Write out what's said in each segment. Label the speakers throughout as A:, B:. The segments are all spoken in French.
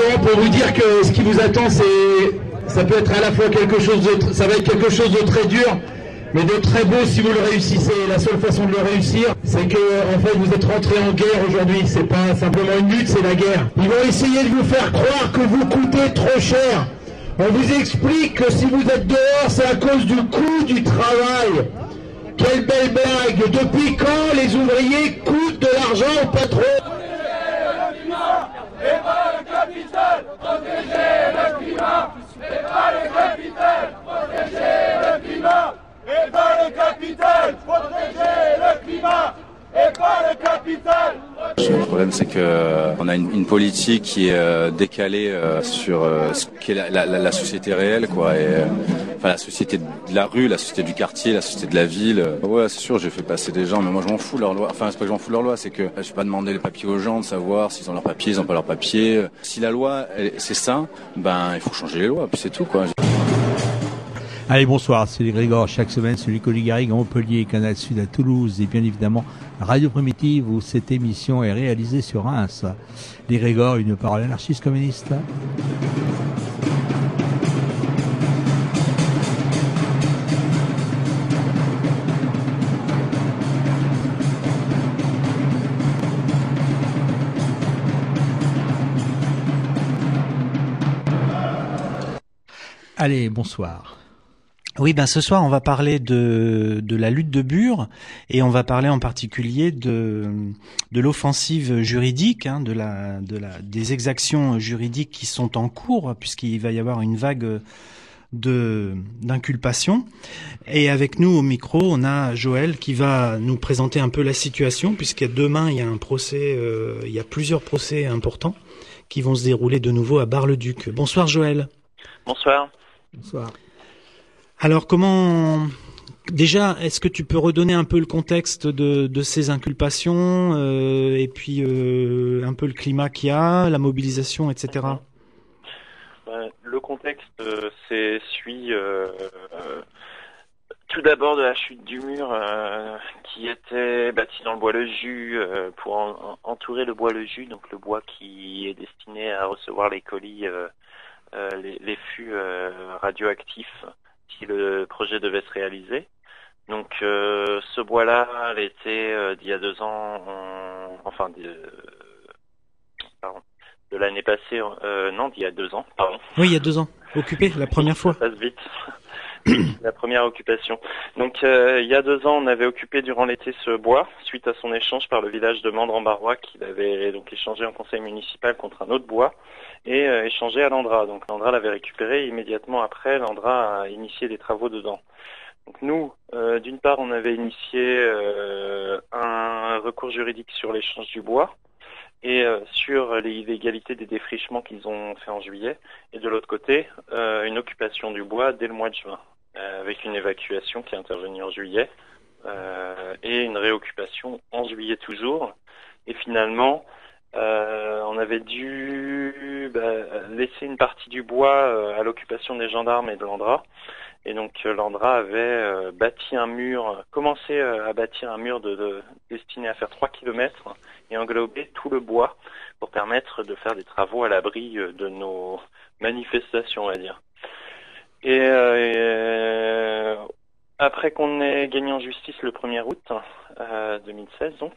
A: simplement pour vous dire que ce qui vous attend, ça peut être à la fois ça va être quelque chose de très dur, mais de très beau si vous le réussissez. La seule façon de le réussir, c'est que en fait vous êtes rentrés en guerre aujourd'hui. C'est pas simplement une lutte, c'est la guerre. Ils vont essayer de vous faire croire que vous coûtez trop cher. On vous explique que si vous êtes dehors, c'est à cause du coût du travail. Quelle belle blague! Depuis quand les ouvriers coûtent de l'argent au patron?
B: Et pas le capital, protéger le climat. Et pas le capital, protéger le climat. Et pas le capital, protéger le climat. Et pas le capital.
C: Le problème, c'est que on a une politique qui est décalée sur ce qu'est la société réelle, quoi. Et enfin, la société de la rue, la société du quartier, la société de la ville. Ouais, c'est sûr, j'ai fait passer des gens, mais moi je m'en fous de leur loi. Enfin, c'est pas que je m'en fous de leur loi, c'est que je vais pas demander les papiers aux gens de savoir s'ils ont leurs papiers, ils ont pas leurs papiers. Si la loi, c'est ça, ben il faut changer les lois, puis c'est tout, quoi.
D: Allez, bonsoir, c'est les Grégor. Chaque semaine, celui Coligarigue à Montpellier, Canal Sud à Toulouse et bien évidemment Radio Primitive où cette émission est réalisée sur Reims. Les Grégor, une parole anarchiste communiste. Allez, bonsoir.
E: Oui, ce soir on va parler de la lutte de Bure et on va parler en particulier de l'offensive juridique, des exactions juridiques qui sont en cours puisqu'il va y avoir une vague d'inculpation. Et avec nous au micro, on a Joël qui va nous présenter un peu la situation puisqu'il y a demain il y a un procès, il y a plusieurs procès importants qui vont se dérouler de nouveau à Bar-le-Duc. Bonsoir Joël.
F: Bonsoir.
D: Bonsoir.
E: Alors déjà, est-ce que tu peux redonner un peu le contexte de ces inculpations et puis un peu le climat qu'il y a, la mobilisation, etc.
F: Le contexte suit tout d'abord de la chute du mur qui était bâti dans le bois le Jus pour entourer le bois le Jus, donc le bois qui est destiné à recevoir les colis, les fûts radioactifs si le projet devait se réaliser. Donc ce bois-là, l'été d'il y a 2 ans, de l'année passée, non, d'il y a 2 ans, pardon.
E: Oui, il y a 2 ans, occupé la première fois.
F: Ça passe vite. La première occupation. Donc il y a 2 ans, on avait occupé durant l'été ce bois, suite à son échange par le village de Mandres-en-Barrois, qu'il avait donc échangé en conseil municipal contre un autre bois, et échangé à l'Andra. Donc l'Andra l'avait récupéré, et immédiatement après, l'Andra a initié des travaux dedans. Donc nous, d'une part, on avait initié un recours juridique sur l'échange du bois, et sur l'illégalité des défrichements qu'ils ont fait en juillet, et de l'autre côté, une occupation du bois dès le mois de juin, avec une évacuation qui est intervenue en juillet, et une réoccupation en juillet toujours. Et finalement, on avait dû laisser une partie du bois à l'occupation des gendarmes et de l'Andra. Et donc l'Andra avait commencé à bâtir un mur destiné à faire 3 kilomètres et englober tout le bois pour permettre de faire des travaux à l'abri de nos manifestations, on va dire. Et après qu'on ait gagné en justice le 1er août 2016, donc,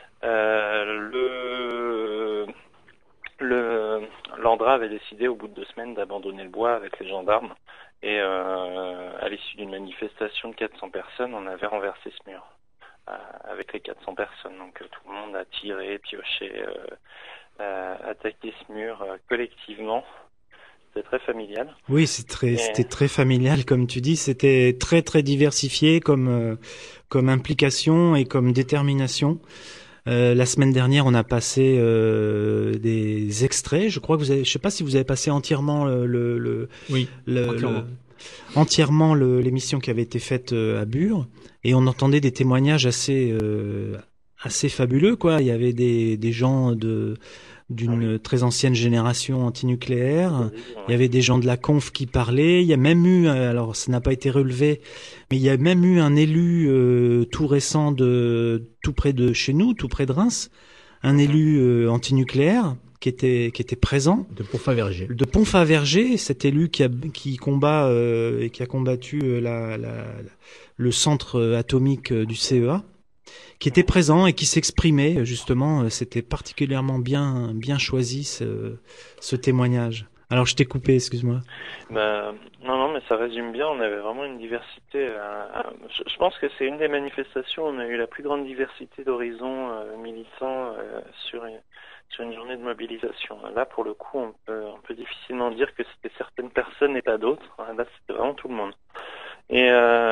F: l'Andra avait décidé au bout de 2 semaines d'abandonner le bois avec les gendarmes. Et à l'issue d'une manifestation de 400 personnes, on avait renversé ce mur avec les 400 personnes. Donc tout le monde a tiré, pioché, attaqué ce mur collectivement. C'était très familial.
E: Oui, c'était très familial, comme tu dis. C'était très très diversifié comme implication et comme détermination. La semaine dernière, on a passé des extraits. Je crois que je sais pas si vous avez passé entièrement entièrement l'émission qui avait été faite à Bure, et on entendait des témoignages assez fabuleux, quoi. Il y avait des gens d'une très ancienne génération antinucléaire. Il y avait des gens de la conf qui parlaient. Il y a même eu, alors ça n'a pas été relevé, mais il y a même eu un élu tout récent tout près de chez nous, tout près de Reims, un élu antinucléaire qui était présent.
D: De Pontfaverger.
E: De Pontfaverger, cet élu qui combat et qui a combattu le centre atomique du CEA, qui était présent et qui s'exprimait justement. C'était particulièrement bien choisi ce témoignage. Alors je t'ai coupé, excuse-moi.
F: Non, mais ça résume bien. On avait vraiment une diversité. Je pense que c'est une des manifestations où on a eu la plus grande diversité d'horizons militants sur une journée de mobilisation. Là, pour le coup, on peut difficilement dire que c'était certaines personnes et pas d'autres. Là, c'était vraiment tout le monde. Et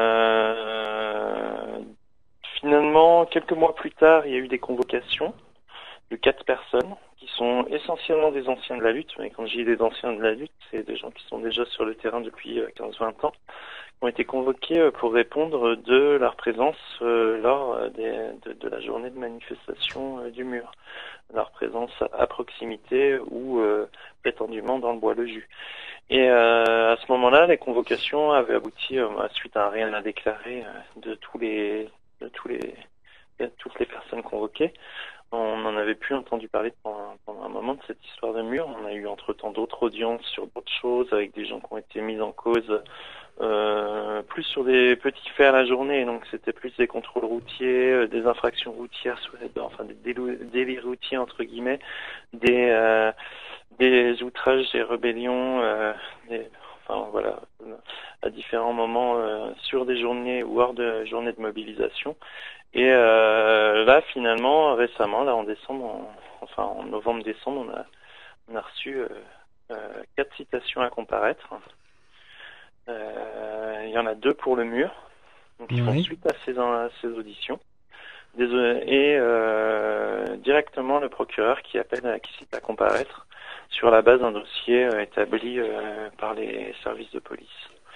F: finalement, quelques mois plus tard, il y a eu des convocations de 4 personnes qui sont essentiellement des anciens de la lutte, mais quand je dis des anciens de la lutte, c'est des gens qui sont déjà sur le terrain depuis 15-20 ans, qui ont été convoqués pour répondre de leur présence lors de la journée de manifestation du mur, leur présence à proximité ou prétendument dans le Bois-le-Jus. Et à ce moment-là, les convocations avaient abouti suite à un rien à déclarer de toutes les personnes convoquées. On n'en avait plus entendu parler pendant un moment de cette histoire de mur. On a eu entre-temps d'autres audiences sur d'autres choses avec des gens qui ont été mis en cause plus sur des petits faits à la journée. Donc c'était plus des contrôles routiers, des infractions routières, des délits routiers entre guillemets, des outrages, des rébellions, à différents moments sur des journées ou hors de journées de mobilisation. Et là, finalement, récemment, là en novembre-décembre, on a reçu 4 citations à comparaître. Il y en a 2 pour le mur, donc ils font suite à ces auditions. Et directement le procureur qui cite à comparaître sur la base d'un dossier établi par les services de police.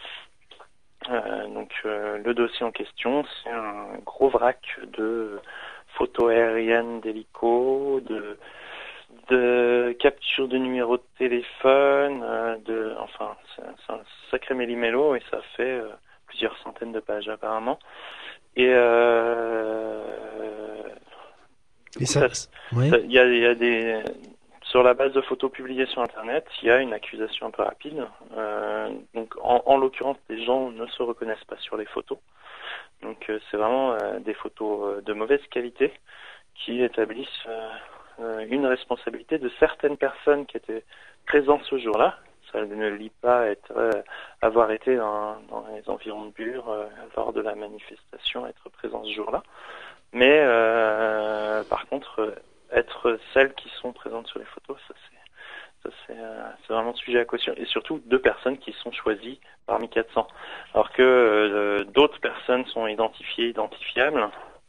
F: Le dossier en question, c'est un gros vrac de photos aériennes d'hélicos, de captures de numéros de téléphone, c'est un sacré méli-mélo et ça fait plusieurs centaines de pages apparemment. Et il y a des sur la base de photos publiées sur Internet, il y a une accusation un peu rapide. Donc, en l'occurrence, les gens ne se reconnaissent pas sur les photos. Donc, c'est vraiment des photos de mauvaise qualité qui établissent une responsabilité de certaines personnes qui étaient présentes ce jour-là. Ça ne lie pas avoir été dans les environs de Bure lors de la manifestation, être présent ce jour-là. Mais par contre, être celles qui sont présentes sur les photos, c'est vraiment sujet à caution. Et surtout 2 personnes qui sont choisies parmi 400. Alors que d'autres personnes sont identifiables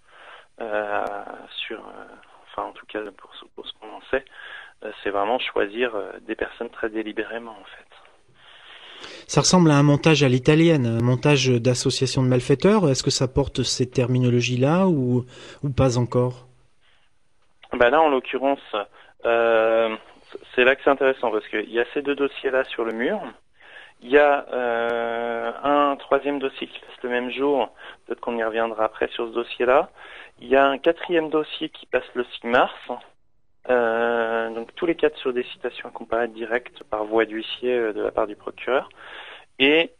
F: en tout cas pour ce qu'on en sait, c'est vraiment choisir des personnes très délibérément en fait.
E: Ça ressemble à un montage à l'italienne, un montage d'association de malfaiteurs. Est-ce que ça porte ces terminologies-là ou pas encore?
F: Là, en l'occurrence, c'est là que c'est intéressant parce qu'il y a ces 2 dossiers-là sur le mur. Il y a un 3e dossier qui passe le même jour. Peut-être qu'on y reviendra après sur ce dossier-là. Il y a un 4e dossier qui passe le 6 mars. Donc tous les 4 sur des citations à comparaître directes par voie d'huissier de la part du procureur. Et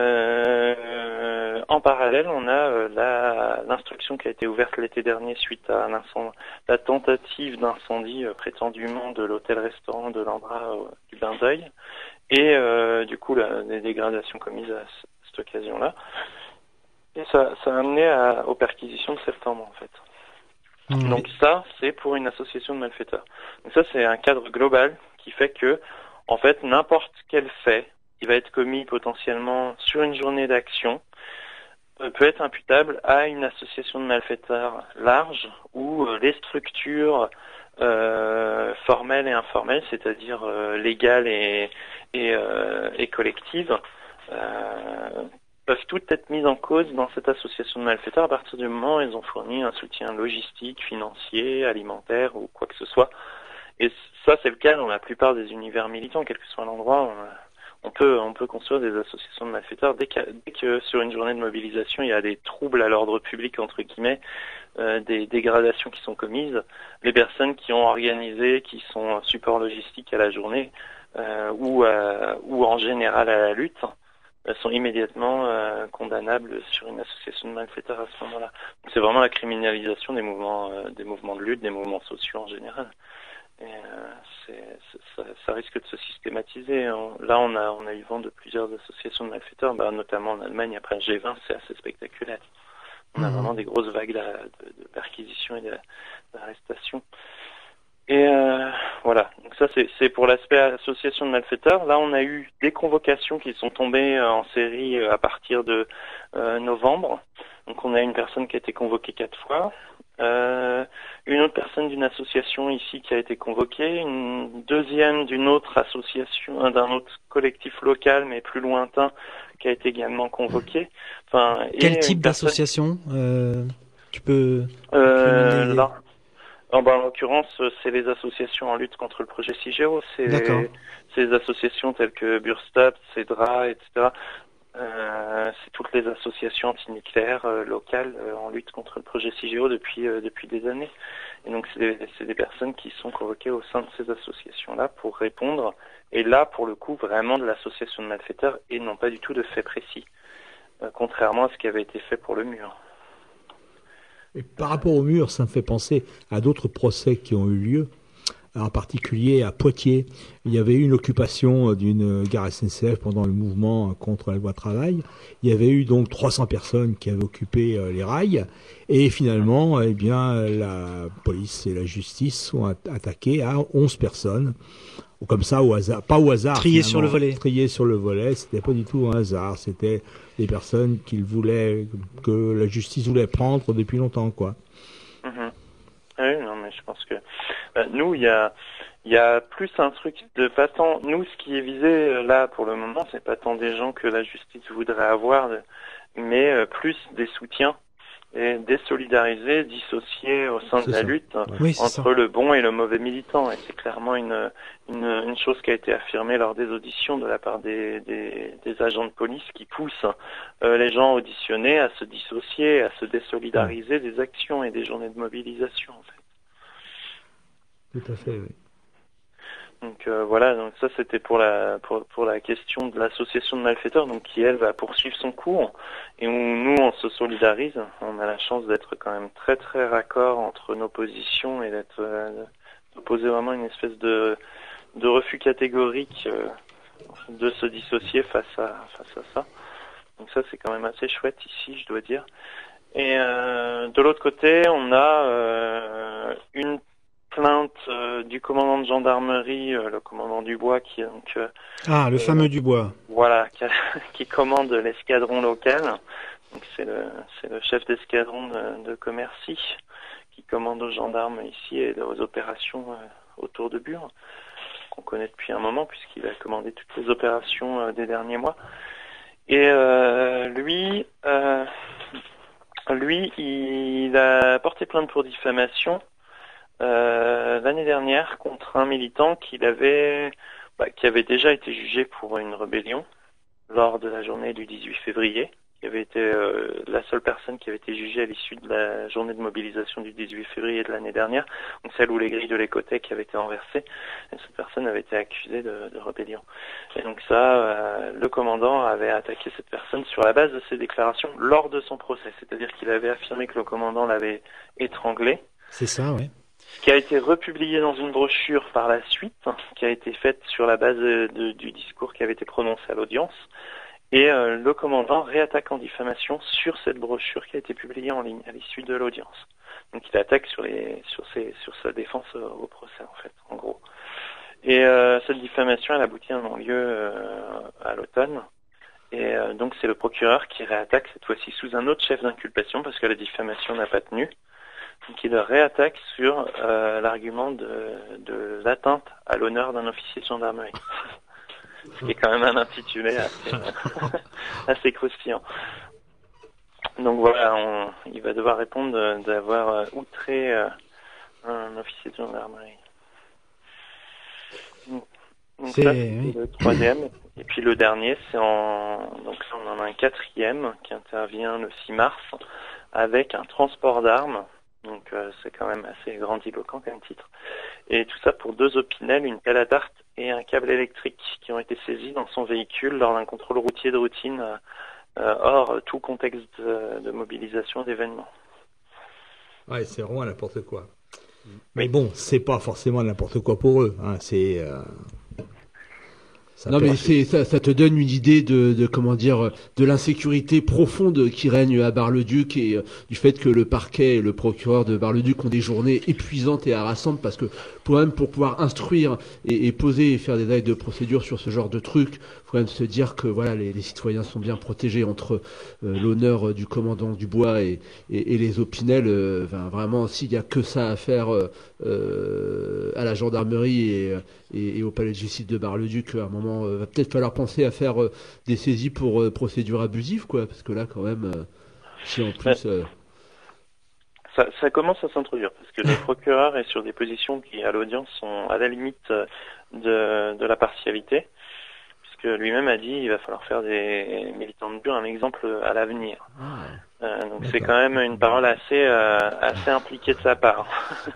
F: en parallèle, on a l'instruction qui a été ouverte l'été dernier suite à la tentative d'incendie prétendument de l'hôtel-restaurant de l'Ambra du Bain d'Oeil et du coup les dégradations commises à cette occasion-là. Et ça a amené aux perquisitions de septembre en fait. Donc ça, c'est pour une association de malfaiteurs. Donc ça, c'est un cadre global qui fait que, en fait, n'importe quel fait qui va être commis potentiellement sur une journée d'action peut être imputable à une association de malfaiteurs large où les structures formelles et informelles, c'est-à-dire légales et collectives, peuvent toutes être mises en cause dans cette association de malfaiteurs à partir du moment où ils ont fourni un soutien logistique, financier, alimentaire ou quoi que ce soit. Et ça, c'est le cas dans la plupart des univers militants, quel que soit l'endroit. On on peut construire des associations de malfaiteurs dès que sur une journée de mobilisation il y a des troubles à l'ordre public entre guillemets, des dégradations qui sont commises, les personnes qui ont organisé, qui sont support logistique à la journée ou en général à la lutte, sont immédiatement condamnables sur une association de malfaiteurs à ce moment-là. Donc c'est vraiment la criminalisation des mouvements de lutte, des mouvements sociaux en général. Et ça risque de se systématiser. Là, on a eu vent de plusieurs associations de malfaiteurs, notamment en Allemagne après le G20, c'est assez spectaculaire. On a vraiment des grosses vagues de perquisitions et d'arrestations. Et voilà, donc ça c'est pour l'aspect association de malfaiteurs. Là, on a eu des convocations qui sont tombées en série à partir de novembre. Donc on a une personne qui a été convoquée 4 fois. Une autre personne d'une association ici qui a été convoquée, une deuxième d'une autre association, d'un autre collectif local mais plus lointain qui a été également convoquée.
E: Quel type d'association tu peux
F: là, en l'occurrence, c'est les associations en lutte contre le projet CIGEO, c'est les associations telles que Burstap, CEDRA, etc. C'est toutes les associations antinucléaires locales en lutte contre le projet CIGEO depuis des années. Et donc c'est des personnes qui sont convoquées au sein de ces associations-là pour répondre, et là pour le coup vraiment de l'association de malfaiteurs et non pas du tout de faits précis, contrairement à ce qui avait été fait pour le mur.
D: Et par rapport au mur, ça me fait penser à d'autres procès qui ont eu lieu. En particulier à Poitiers, il y avait eu une occupation d'une gare SNCF pendant le mouvement contre la loi travail. Il y avait eu donc 300 personnes qui avaient occupé les rails, et finalement, eh bien, la police et la justice sont attaquées à 11 personnes, comme ça au hasard, pas au hasard.
E: Triées sur le volet.
D: Triées sur le volet, c'était pas du tout un hasard, c'était des personnes que la justice voulait prendre depuis longtemps, quoi.
F: Mm-hmm. Oui, non, mais je pense que nous, il y a plus un truc de pas tant. Nous, ce qui est visé là pour le moment, c'est pas tant des gens que la justice voudrait avoir, mais plus des soutiens et désolidariser, dissocier au sein de la lutte entre le bon et le mauvais militant. Et c'est clairement une chose qui a été affirmée lors des auditions de la part des agents de police qui poussent les gens auditionnés à se dissocier, à se désolidariser des actions et des journées de mobilisation, en fait.
D: Tout à fait, oui.
F: Donc voilà, donc ça c'était pour la question de l'association de malfaiteurs, donc qui elle va poursuivre son cours, et où nous on se solidarise. On a la chance d'être quand même très très raccord entre nos positions et d'opposer vraiment une espèce de refus catégorique de se dissocier face à ça. Donc ça c'est quand même assez chouette ici, je dois dire. Et de l'autre côté, on a une plainte du commandant de gendarmerie, le commandant Dubois, qui est donc
E: le fameux Dubois.
F: Voilà, qui commande l'escadron local. Donc c'est le chef d'escadron de Commercy qui commande aux gendarmes ici et aux opérations autour de Bure, qu'on connaît depuis un moment puisqu'il a commandé toutes les opérations des derniers mois. Et lui, il a porté plainte pour diffamation l'année dernière contre un militant qui avait déjà été jugé pour une rébellion lors de la journée du 18 février, qui avait été la seule personne qui avait été jugée à l'issue de la journée de mobilisation du 18 février de l'année dernière, donc celle où les grilles de l'écothèque avaient été renversées, et cette personne avait été accusée de rébellion. Et donc ça, le commandant avait attaqué cette personne sur la base de ses déclarations lors de son procès, c'est-à-dire qu'il avait affirmé que le commandant l'avait étranglé.
E: C'est ça, ouais.
F: Qui a été republié dans une brochure par la suite, qui a été faite sur la base du discours qui avait été prononcé à l'audience. Et le commandant réattaque en diffamation sur cette brochure qui a été publiée en ligne à l'issue de l'audience. Donc il attaque sur sa défense au procès, en fait, en gros. Et cette diffamation, elle aboutit à un non-lieu à l'automne. Et donc c'est le procureur qui réattaque cette fois-ci sous un autre chef d'inculpation parce que la diffamation n'a pas tenu. Donc il réattaque sur l'argument de l'atteinte à l'honneur d'un officier de gendarmerie. Ce qui est quand même un intitulé assez croustillant. Donc voilà, il va devoir répondre d'avoir outré un officier de gendarmerie. Donc
E: C'est-
F: ça, c'est
E: oui.
F: le troisième. Et puis le dernier, donc là, on en a un quatrième qui intervient le 6 mars avec un transport d'armes. Donc c'est quand même assez grandiloquent comme titre. Et tout ça pour 2 opinels, une pelle à tarte et un câble électrique qui ont été saisis dans son véhicule lors d'un contrôle routier de routine hors tout contexte de mobilisation d'événements.
D: Ouais, c'est vraiment n'importe quoi. Mais bon, c'est pas forcément n'importe quoi pour eux. Hein. C'est.
G: Non mais ça te donne une idée de comment dire de l'insécurité profonde qui règne à Bar-le-Duc et du fait que le parquet et le procureur de Bar-le-Duc ont des journées épuisantes et harassantes parce que pour pouvoir instruire et poser et faire des actes de procédure sur ce genre de trucs, faut quand même se dire que voilà les citoyens sont bien protégés entre l'honneur du commandant Dubois et les Opinel. Vraiment, s'il y a que ça à faire à la gendarmerie et au palais de justice de Bar-le-Duc, à un moment va peut-être falloir penser à faire des saisies pour procédure abusive, quoi, parce que là quand même si en plus
F: ça commence à s'introduire parce que le procureur est sur des positions qui à l'audience sont à la limite de la partialité, puisque lui-même a dit il va falloir faire des militants de Bure un exemple à l'avenir. Donc c'est quand même une parole assez impliquée de sa part.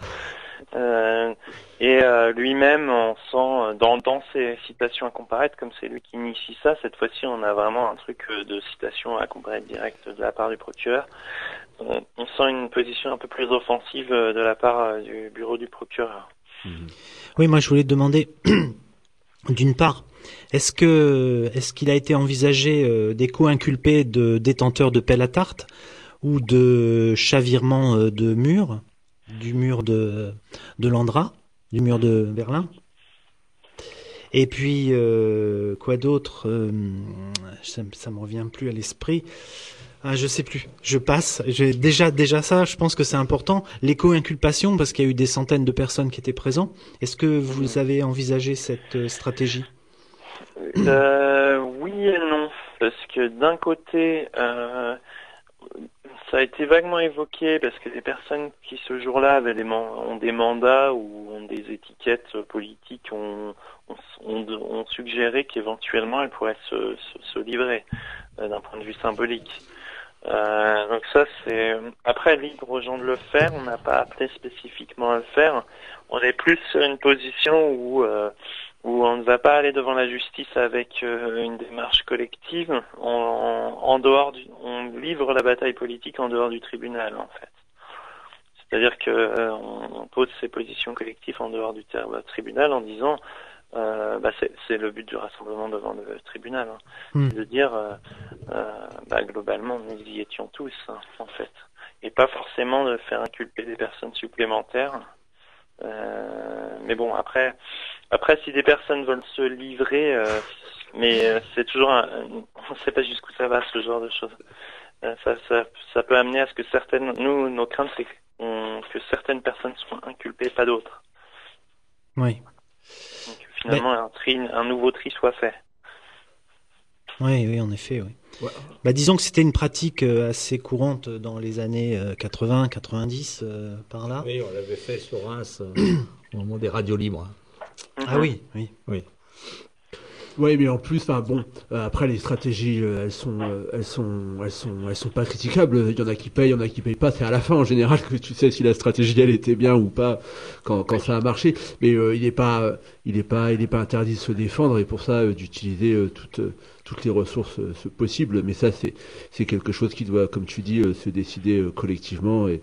F: Lui-même, on sent dans ses citations à comparaître, comme c'est lui qui initie ça, cette fois-ci on a vraiment un truc de citation à comparaître direct de la part du procureur. On sent une position un peu plus offensive de la part du bureau du procureur.
E: Oui, moi je voulais te demander, d'une part, est-ce qu'il a été envisagé des co-inculpés de détenteurs de pelle à tarte ou de chavirement de murs, du mur de Landra, du mur de Berlin? Et puis quoi d'autre, ça me revient plus à l'esprit. Ah, je sais plus. Je passe. J'ai déjà ça. Je pense que c'est important. L'éco-inculpation, parce qu'il y a eu des centaines de personnes qui étaient présentes. Est-ce que vous avez envisagé cette stratégie?
F: Oui et non, parce que d'un côté, ça a été vaguement évoqué parce que des personnes qui ce jour-là ont des mandats ou ont des étiquettes politiques ont suggéré qu'éventuellement elles pourraient se livrer d'un point de vue symbolique. Donc ça c'est après libre aux gens de le faire, on n'a pas appelé spécifiquement à le faire. On est plus sur une position où on ne va pas aller devant la justice avec une démarche collective. On livre la bataille politique en dehors du tribunal en fait. C'est-à-dire que on pose ses positions collectives en dehors du tribunal en disant c'est le but du rassemblement devant le tribunal, c'est de dire globalement nous y étions tous en fait, et pas forcément de faire inculper des personnes supplémentaires. Mais bon après si des personnes veulent se livrer, c'est toujours on ne sait pas jusqu'où ça va ce genre de choses. Ça peut amener à ce que nos craintes c'est que certaines personnes soient inculpées, pas d'autres.
E: Oui.
F: Donc finalement un nouveau tri soit fait.
E: Oui, en effet, oui.
G: Ouais.
E: Disons que c'était une pratique assez courante dans les années 80, 90, par là.
D: Oui, on l'avait fait sur Reims au moment des radios libres.
E: Ah oui.
G: Ouais, mais en plus, après les stratégies, elles sont pas critiquables. Il y en a qui payent, il y en a qui payent pas. C'est à la fin en général que tu sais si la stratégie elle était bien ou pas quand ça a marché. Mais il est pas interdit de se défendre et pour ça d'utiliser toutes les ressources possibles. Mais ça c'est quelque chose qui doit, comme tu dis, se décider collectivement et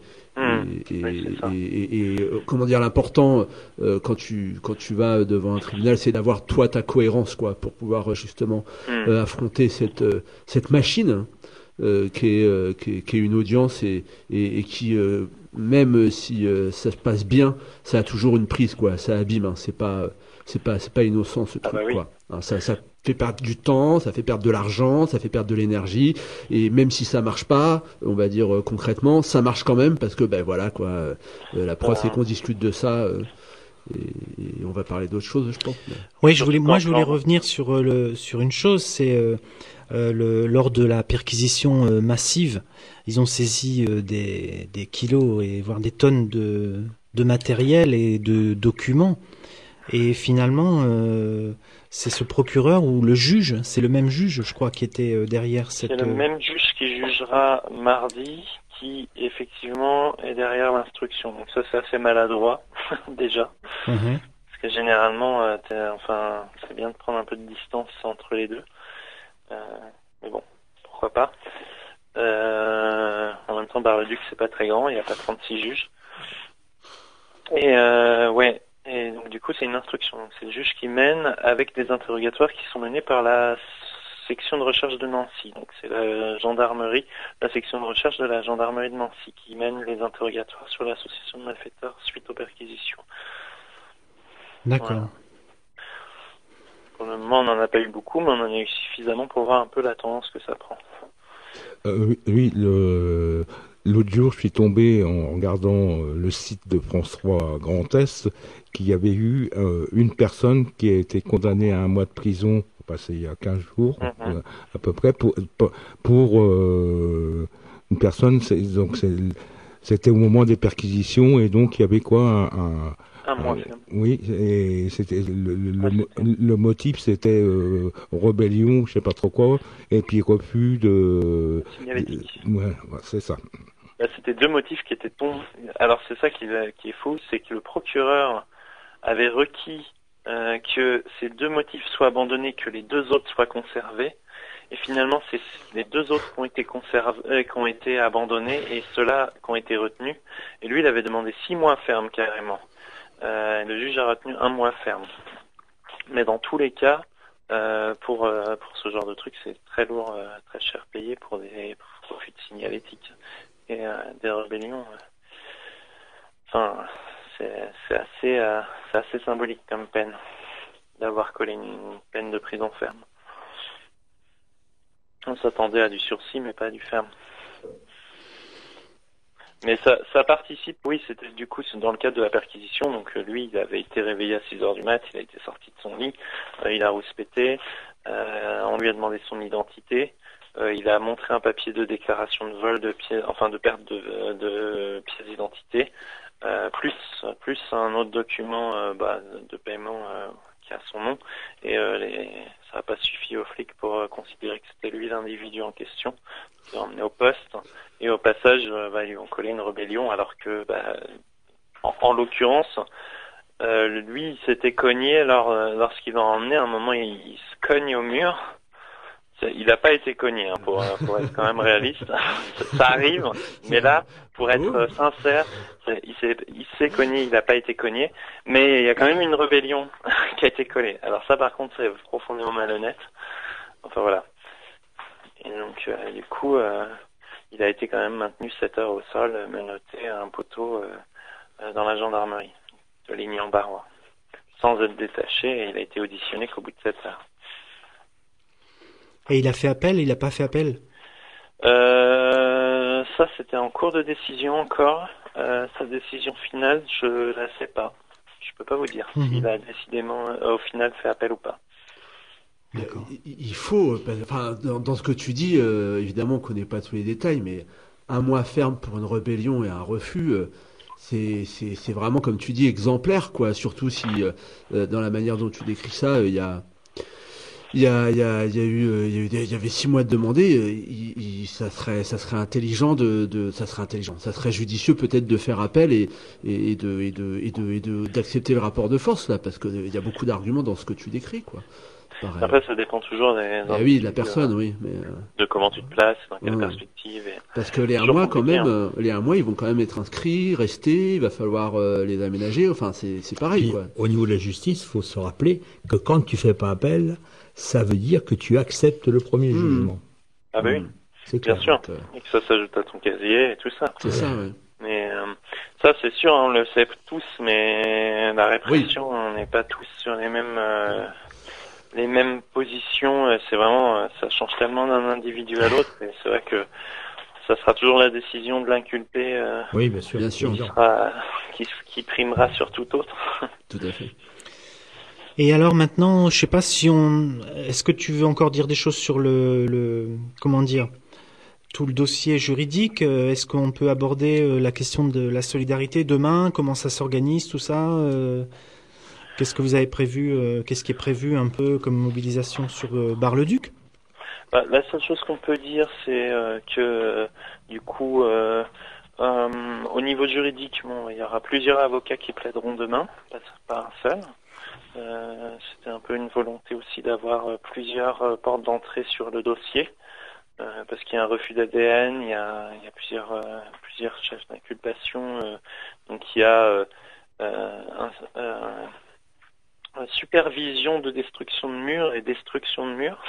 G: comment dire, l'important quand tu vas devant un tribunal, c'est d'avoir toi ta cohérence quoi pour pouvoir justement affronter cette machine qui est une audience et qui même si ça se passe bien, ça a toujours une prise quoi, ça abîme, c'est pas innocent ce truc quoi. Alors, ça fait perdre du temps, ça fait perdre de l'argent, ça fait perdre de l'énergie, et même si ça marche pas, on va dire concrètement, ça marche quand même parce que voilà quoi, la preuve c'est qu'on discute de ça et on va parler d'autres choses, je pense.
E: Oui, je voulais revenir sur une chose, c'est lors de la perquisition massive, ils ont saisi des kilos et voire des tonnes de matériel et de documents. Et finalement, c'est ce procureur ou le juge, c'est le même juge, je crois, qui était derrière cette...
F: C'est le même juge qui jugera mardi, qui effectivement est derrière l'instruction. Donc ça, c'est assez maladroit, déjà.
E: Mhm.
F: Parce que généralement, c'est bien de prendre un peu de distance entre les deux. Mais bon, pourquoi pas. En même temps, Bar-le-Duc, c'est pas très grand, il n'y a pas 36 juges. Et ouais, et donc du coup, c'est une instruction. Donc, c'est le juge qui mène avec des interrogatoires qui sont menés par la section de recherche de Nancy. Donc c'est la gendarmerie, la section de recherche de la gendarmerie de Nancy qui mène les interrogatoires sur l'association de malfaiteurs suite aux perquisitions.
E: D'accord.
F: Voilà. Pour le moment, on n'en a pas eu beaucoup, mais on en a eu suffisamment pour voir un peu la tendance que ça prend.
H: Oui, l'autre jour, je suis tombé en regardant le site de France 3 Grand Est qu'il y avait eu une personne qui a été condamnée à 1 mois de prison, passé il y a 15 jours, à peu près, pour une personne, c'était au moment des perquisitions, et donc il y avait quoi,
F: un mois ferme.
H: Oui, et c'était le motif, c'était rébellion, je sais pas trop quoi, et puis refus de...
F: Signalétique.
H: Ouais, c'est ça.
F: Bah, c'était 2 motifs qui étaient tombés. Alors c'est ça qui est fou, c'est que le procureur avait requis que ces 2 motifs soient abandonnés, que les 2 autres soient conservés. Et finalement, c'est les 2 autres qui ont été qui ont été abandonnés, et ceux-là qui ont été retenus. Et lui, il avait demandé 6 mois ferme carrément. Le juge a retenu 1 mois ferme. Mais dans tous les cas, pour ce genre de truc, c'est très lourd, très cher payé pour des refus de signalétique et des rébellions. Enfin, c'est assez symbolique comme peine d'avoir collé une peine de prison ferme. On s'attendait à du sursis, mais pas à du ferme. Mais ça participe, oui, c'était du coup dans le cadre de la perquisition. Donc lui, il avait été réveillé à 6h du mat, il a été sorti de son lit, il a rouspété, on lui a demandé son identité, il a montré un papier de déclaration de vol de pièces, enfin de perte de pièces d'identité, plus un autre document de paiement qui a son nom, et ça n'a pas suffi aux flics pour considérer que c'était lui l'individu en question. Ils l'ont emmené au poste, et au passage, ils lui ont collé une rébellion, alors que, en l'occurrence, lui, il s'était cogné, lorsqu'ils l'ont emmené, à un moment, il se cogne au mur. Il n'a pas été cogné, pour être quand même réaliste. Ça arrive, mais là, pour être sincère, il s'est cogné, il n'a pas été cogné, mais il y a quand même une rébellion qui a été collée. Alors ça, par contre, c'est profondément malhonnête. Enfin voilà. Et donc, du coup, il a été quand même maintenu 7 heures au sol, menotté à un poteau dans la gendarmerie de Ligny-en-Barrois, sans être détaché, et il a été auditionné qu'au bout de 7 heures.
E: Et il a fait appel, il n'a pas fait appel?
F: Ça, c'était en cours de décision encore. Sa décision finale, je la sais pas. Je peux pas vous dire s'il a décidément, au final, fait appel ou pas.
G: D'accord. Il faut, dans ce que tu dis, évidemment, on connaît pas tous les détails, mais 1 mois ferme pour une rébellion et un refus, c'est vraiment, comme tu dis, exemplaire, quoi. Surtout si, dans la manière dont tu décris ça, il y avait 6 mois de demander, ça serait intelligent ça serait judicieux peut-être de faire appel et d'accepter le rapport de force là, parce que il y a beaucoup d'arguments dans ce que tu décris, quoi. Pareil.
F: Après, ça dépend toujours
G: de la personne, oui, mais
F: de comment tu te places, dans quelle perspective.
G: Parce que les 1 mois, quand même, les 1 mois, ils vont quand même être inscrits, rester, il va falloir les aménager. Enfin, c'est pareil,
D: puis,
G: quoi.
D: Au niveau de la justice, il faut se rappeler que quand tu fais pas appel, ça veut dire que tu acceptes le premier jugement.
F: Ah bah oui,
D: c'est
F: bien
D: clair.
F: sûr. Et que ça s'ajoute à ton casier et tout ça.
G: C'est ça, ouais.
F: Mais ça, c'est sûr, on le sait tous, mais la répression, on n'est pas tous sur les mêmes positions. C'est vraiment, ça change tellement d'un individu à l'autre. Et c'est vrai que ça sera toujours la décision de l'inculpé.
D: Oui, bien sûr.
F: Qui primera sur tout autre.
G: Tout à fait.
E: Et alors maintenant, je sais pas si est-ce que tu veux encore dire des choses sur comment dire, tout le dossier juridique? Est-ce qu'on peut aborder la question de la solidarité demain? Comment ça s'organise, tout ça? Qu'est-ce que vous avez prévu qu'est-ce qui est prévu un peu comme mobilisation sur Bar-le-Duc?
F: La seule chose qu'on peut dire, c'est que du coup, au niveau juridique, il y aura plusieurs avocats qui plaideront demain, pas un seul. C'était un peu une volonté aussi d'avoir plusieurs portes d'entrée sur le dossier, parce qu'il y a un refus d'ADN, il y a plusieurs chefs d'inculpation, donc il y a supervision de destruction de murs et destruction de murs.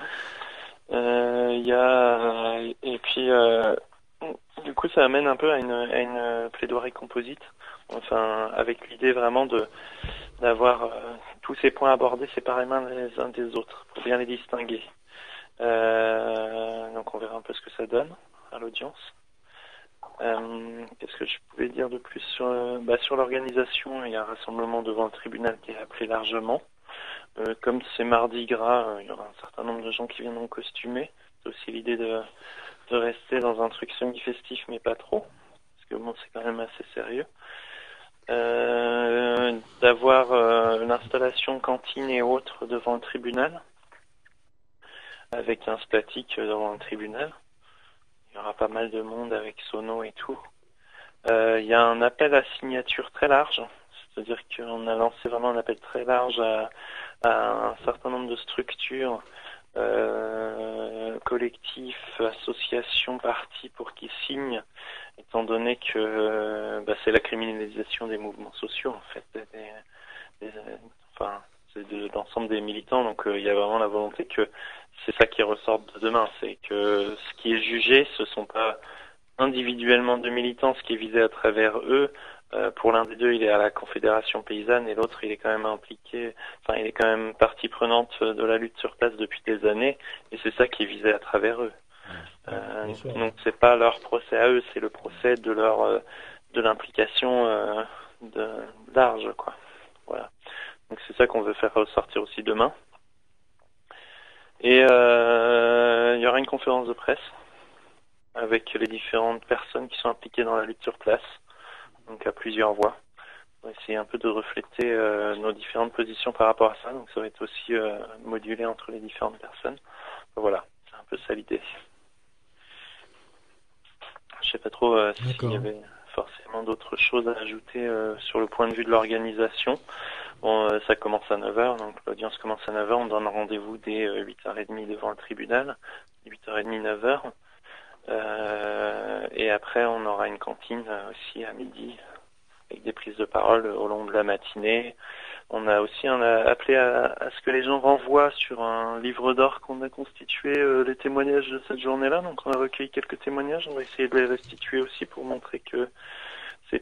F: Et puis du coup ça amène un peu à une plaidoirie composite, enfin avec l'idée vraiment d'avoir tous ces points abordés séparément les uns des autres pour bien les distinguer. Donc on verra un peu ce que ça donne à l'audience. Qu'est-ce que je pouvais dire de plus sur l'organisation? Il y a un rassemblement devant le tribunal qui est appelé largement. Comme c'est mardi gras, il y aura un certain nombre de gens qui viendront costumés. C'est aussi l'idée de rester dans un truc semi-festif mais pas trop, parce que bon, c'est quand même assez sérieux. D'avoir l'installation cantine et autres devant le tribunal, avec un statique devant le tribunal. Il y aura pas mal de monde avec sono et tout. Il y a un appel à signature très large, c'est-à-dire qu'on a lancé vraiment un appel très large à un certain nombre de structures, collectifs, associations, partis pour qu'ils signent, étant donné que c'est la criminalisation des mouvements sociaux en fait, c'est de l'ensemble des militants. Donc il y a vraiment la volonté que c'est ça qui ressort de demain, c'est que ce qui est jugé, ce sont pas individuellement de militants, ce qui est visé à travers eux. Pour l'un des deux, il est à la Confédération paysanne et l'autre, il est quand même impliqué, il est quand même partie prenante de la lutte sur place depuis des années, et c'est ça qui est visé à travers eux. Donc c'est pas leur procès à eux, c'est le procès de de l'implication large, quoi. Voilà. Donc c'est ça qu'on veut faire ressortir aussi demain. Et il y aura une conférence de presse avec les différentes personnes qui sont impliquées dans la lutte sur place, donc à plusieurs voix. On va essayer un peu de refléter nos différentes positions par rapport à ça, donc ça va être aussi modulé entre les différentes personnes. Voilà, c'est un peu ça l'idée. Je sais pas trop s'il y avait forcément d'autres choses à ajouter sur le point de vue de l'organisation. Bon, ça commence à 9h, donc l'audience commence à 9h, on donne rendez-vous dès 8h30 devant le tribunal, 8h30, 9h. Et après, on aura une cantine aussi à midi, avec des prises de parole au long de la matinée. On a aussi appelé à ce que les gens renvoient sur un livre d'or qu'on a constitué les témoignages de cette journée-là. Donc on a recueilli quelques témoignages, on va essayer de les restituer aussi pour montrer que c'est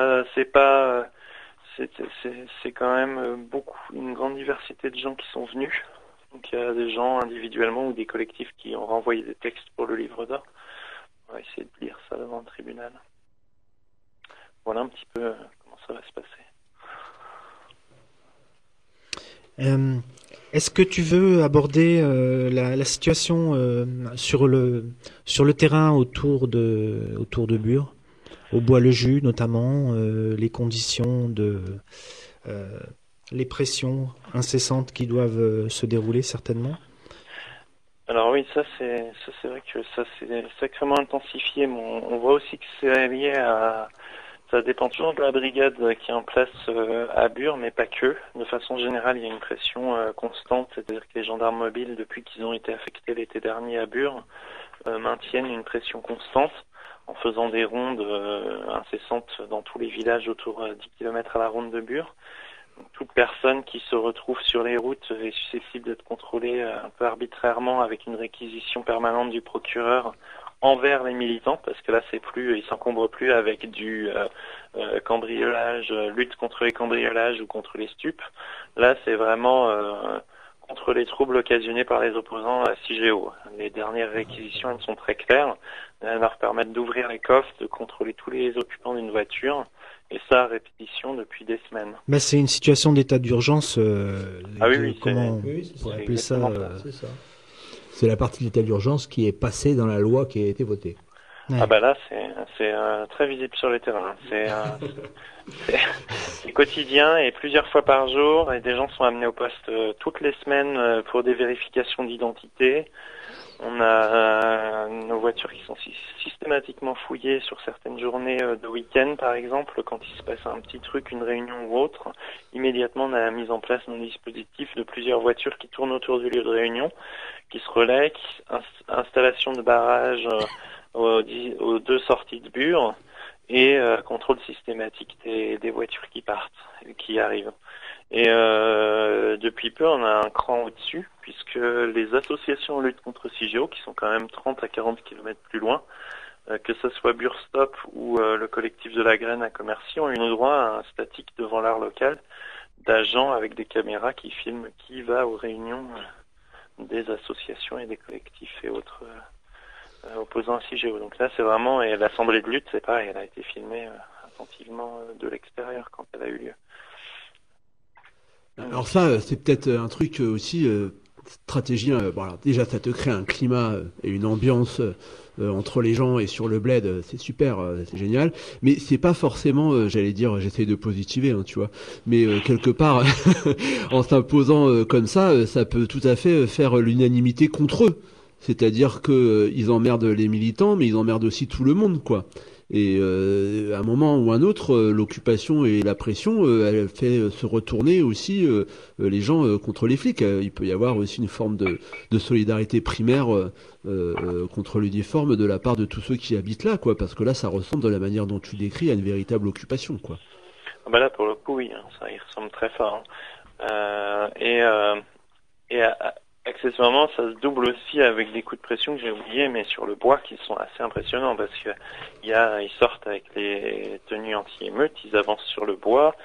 F: quand même une grande diversité de gens qui sont venus. Donc il y a des gens individuellement ou des collectifs qui ont renvoyé des textes pour le livre d'or. On va essayer de lire ça devant le tribunal. Voilà un petit peu comment ça va se passer.
E: Est-ce que tu veux aborder la situation sur le terrain autour de Bure, au Bois-le-Jus notamment, les conditions les pressions incessantes qui doivent se dérouler certainement?
F: Alors oui, ça c'est vrai que ça c'est sacrément intensifié, mais on voit aussi que c'est lié à... Ça dépend toujours de la brigade qui est en place à Bure, mais pas que. De façon générale, il y a une pression constante, c'est-à-dire que les gendarmes mobiles, depuis qu'ils ont été affectés l'été dernier à Bure, maintiennent une pression constante en faisant des rondes incessantes dans tous les villages autour 10 km à la ronde de Bure. Donc, toute personne qui se retrouve sur les routes est susceptible d'être contrôlée un peu arbitrairement avec une réquisition permanente du procureur envers les militants, parce que là ils s'encombrent plus avec du cambriolage, lutte contre les cambriolages ou contre les stupes. Là c'est vraiment contre les troubles occasionnés par les opposants à CIGEO. Les dernières réquisitions elles sont très claires, elles leur permettent d'ouvrir les coffres, de contrôler tous les occupants d'une voiture, et ça à répétition depuis des semaines.
E: Mais c'est une situation d'état d'urgence. Comment on pourrait appeler ça,
D: C'est ça. C'est la partie de l'état d'urgence qui est passée dans la loi qui a été votée.
E: Ouais.
F: Ah bah là, c'est très visible sur les terrains. C'est quotidien et plusieurs fois par jour, et des gens sont amenés au poste toutes les semaines pour des vérifications d'identité. On a nos voitures qui sont systématiquement fouillées sur certaines journées de week-end, par exemple, quand il se passe un petit truc, une réunion ou autre. Immédiatement, on a mis en place un dispositif de plusieurs voitures qui tournent autour du lieu de réunion, qui se relaient, installation de barrage aux 2 sorties de Bure, et contrôle systématique des voitures qui partent, qui arrivent. Et depuis peu, on a un cran au-dessus, puisque les associations en lutte contre CIGEO, qui sont quand même 30 à 40 km plus loin, que ce soit Burstop ou le collectif de la Graine à Commercy, ont eu le droit à un statique devant l'art local d'agents avec des caméras qui filment qui va aux réunions des associations et des collectifs et autres opposants à CIGEO. Donc là, c'est vraiment, et l'assemblée de lutte, c'est pareil, elle a été filmée attentivement de l'extérieur quand elle a eu lieu.
G: Alors ça, c'est peut-être un truc aussi stratégie. Bon, alors déjà, ça te crée un climat et une ambiance entre les gens et sur le bled, c'est super, c'est génial. Mais c'est pas forcément, j'allais dire, j'essaye de positiver, hein, tu vois. Mais quelque part, en s'imposant comme ça peut tout à fait faire l'unanimité contre eux. C'est-à-dire que ils emmerdent les militants, mais ils emmerdent aussi tout le monde, quoi. Et à un moment ou un autre, l'occupation et la pression, elle fait se retourner aussi les gens contre les flics. Il peut y avoir aussi une forme de solidarité primaire contre l'uniforme de la part de tous ceux qui habitent là, quoi. Parce que là, ça ressemble de la manière dont tu décris à une véritable occupation, quoi.
F: Ah bah là, pour le coup, oui, hein, ça y ressemble très fort. Hein. Accessoirement, ça se double aussi avec des coups de pression que j'ai oubliés, mais sur le bois, qui sont assez impressionnants, parce que ils sortent avec les tenues anti-émeutes, ils avancent sur le bois,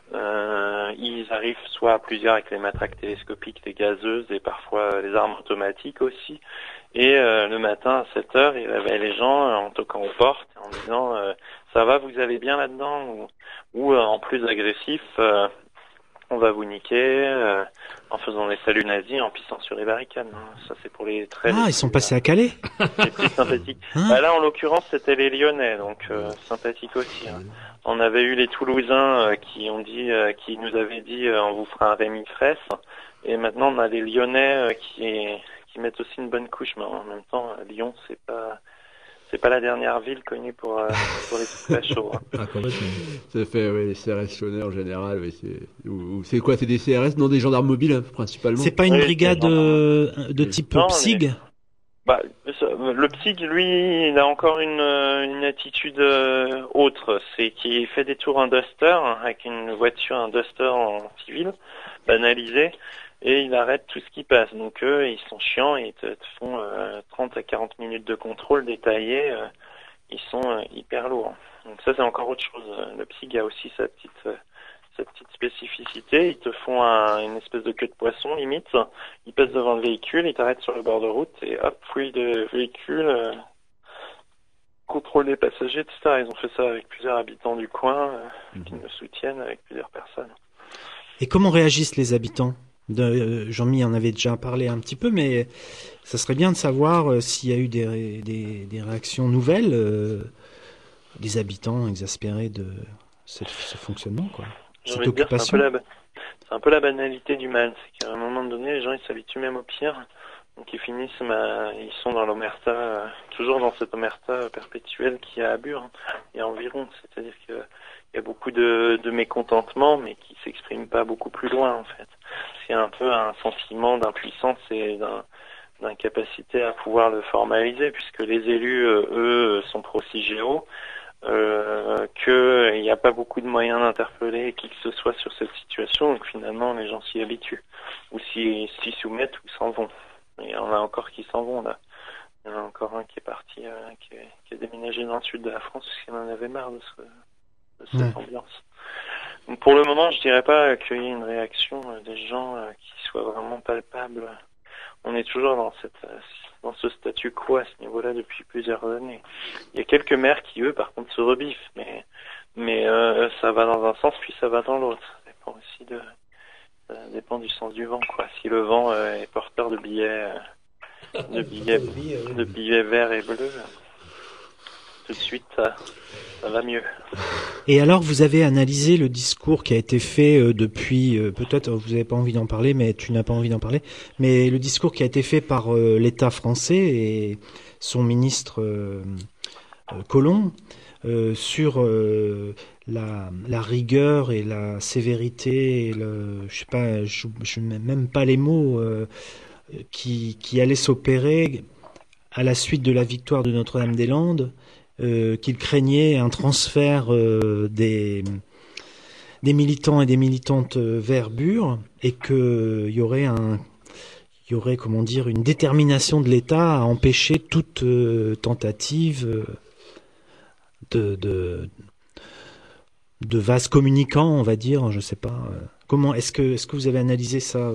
F: ils arrivent soit à plusieurs avec les matraques télescopiques, les gazeuses et parfois les armes automatiques aussi, et le matin à 7h, ils réveillent les gens en toquant aux portes, en disant ça va, vous allez bien là-dedans, ou en plus agressif, on va vous niquer, en faisant des saluts nazis, en pissant sur les barricades. Ça, c'est pour les très...
E: Ah, ils sont passés à Calais.
F: Les plus sympathiques.
E: Hein,
F: bah là, en l'occurrence, c'était les Lyonnais, donc sympathique aussi. Hein. On avait eu les Toulousains qui nous avaient dit on vous fera un Rémi Fraisse, et maintenant on a les Lyonnais qui mettent aussi une bonne couche, mais en même temps, Lyon, c'est pas la dernière ville connue pour les super chauds. Hein.
G: Ah, complètement. Ça fait, ouais, les CRS lyonnais en général, ouais, c'est quoi, c'est des CRS, non, des gendarmes mobiles, hein, principalement?
E: c'est pas une brigade de type
F: Non,
E: PSIG?
F: Le PSIG, lui, il a encore une attitude autre. C'est qu'il fait des tours en Duster, avec une voiture, un Duster en civil, banalisé, et il arrête tout ce qui passe. Donc eux, ils sont chiants, et ils te font 30 à 40 minutes de contrôle détaillé. Ils sont hyper lourds. Donc ça, c'est encore autre chose. Le PSIG a aussi sa petite spécificité. Ils te font une espèce de queue de poisson, limite. Ils passent devant le véhicule, ils t'arrêtent sur le bord de route, et hop, fouille de véhicule, contrôle des passagers, etc. Ils ont fait ça avec plusieurs habitants du coin qui me soutiennent, avec plusieurs personnes.
E: Et comment réagissent les habitants? Jean-Mi en avait déjà parlé un petit peu, mais ça serait bien de savoir s'il y a eu des réactions nouvelles des habitants exaspérés de ce fonctionnement, quoi.
F: J'ai envie de dire, c'est un peu la banalité du mal. C'est qu'à un moment donné, les gens ils s'habituent même au pire. Donc ils ils sont dans l'omerta, toujours dans cette omerta perpétuelle qu'il y a à Bure et environ. C'est-à-dire qu'il y a beaucoup de mécontentement, mais qui s'expriment pas beaucoup plus loin en fait. C'est un peu un sentiment d'impuissance et d'incapacité à pouvoir le formaliser, puisque les élus, eux, sont pro-CIGEO, qu'il n'y a pas beaucoup de moyens d'interpeller qui que ce soit sur cette situation, donc finalement les gens s'y habituent, ou s'y soumettent ou s'en vont. Il y en a encore qui s'en vont là. Il y en a encore un qui est parti, qui a déménagé dans le sud de la France parce qu'il en avait marre de cette ambiance. Donc pour le moment, je dirais pas qu'il y ait une réaction des gens qui soit vraiment palpable. On est toujours dans ce statu quo à ce niveau-là depuis plusieurs années. Il y a quelques maires qui, eux, par contre, se rebiffent, mais ça va dans un sens puis ça va dans l'autre. Ça dépend aussi ça dépend du sens du vent, quoi. Si le vent est porteur de billets verts et bleus. tout de suite, ça va mieux.
E: Et alors, vous avez analysé le discours qui a été fait depuis, peut-être vous n'avez pas envie d'en parler, mais tu n'as pas envie d'en parler, mais le discours qui a été fait par l'État français et son ministre Collomb sur la rigueur et la sévérité, et je sais pas, je mets même pas les mots, qui allait s'opérer à la suite de la victoire de Notre-Dame-des-Landes, qu'il craignait un transfert des militants et des militantes vers Bure, et qu'il y aurait comment dire, une détermination de l'État à empêcher toute tentative de vase communicant, on va dire, je sais pas. Comment est-ce que vous avez analysé ça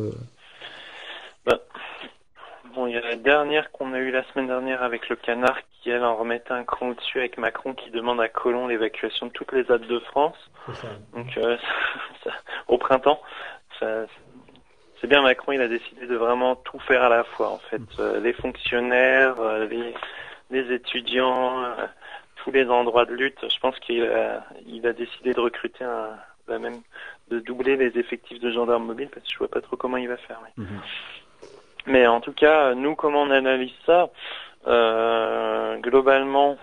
F: Bon, il y a la dernière qu'on a eue la semaine dernière avec le Canard qui, elle, en remettait un cran au-dessus avec Macron qui demande à Collomb l'évacuation de toutes les ZAD de France. Donc, au printemps, c'est bien, Macron, il a décidé de vraiment tout faire à la fois, en fait. Les fonctionnaires, les étudiants, tous les endroits de lutte. Je pense qu'il a décidé de recruter même de doubler les effectifs de gendarmes mobiles parce que je vois pas trop comment il va faire. Mais, mais en tout cas, nous, comment on analyse ça? Globalement,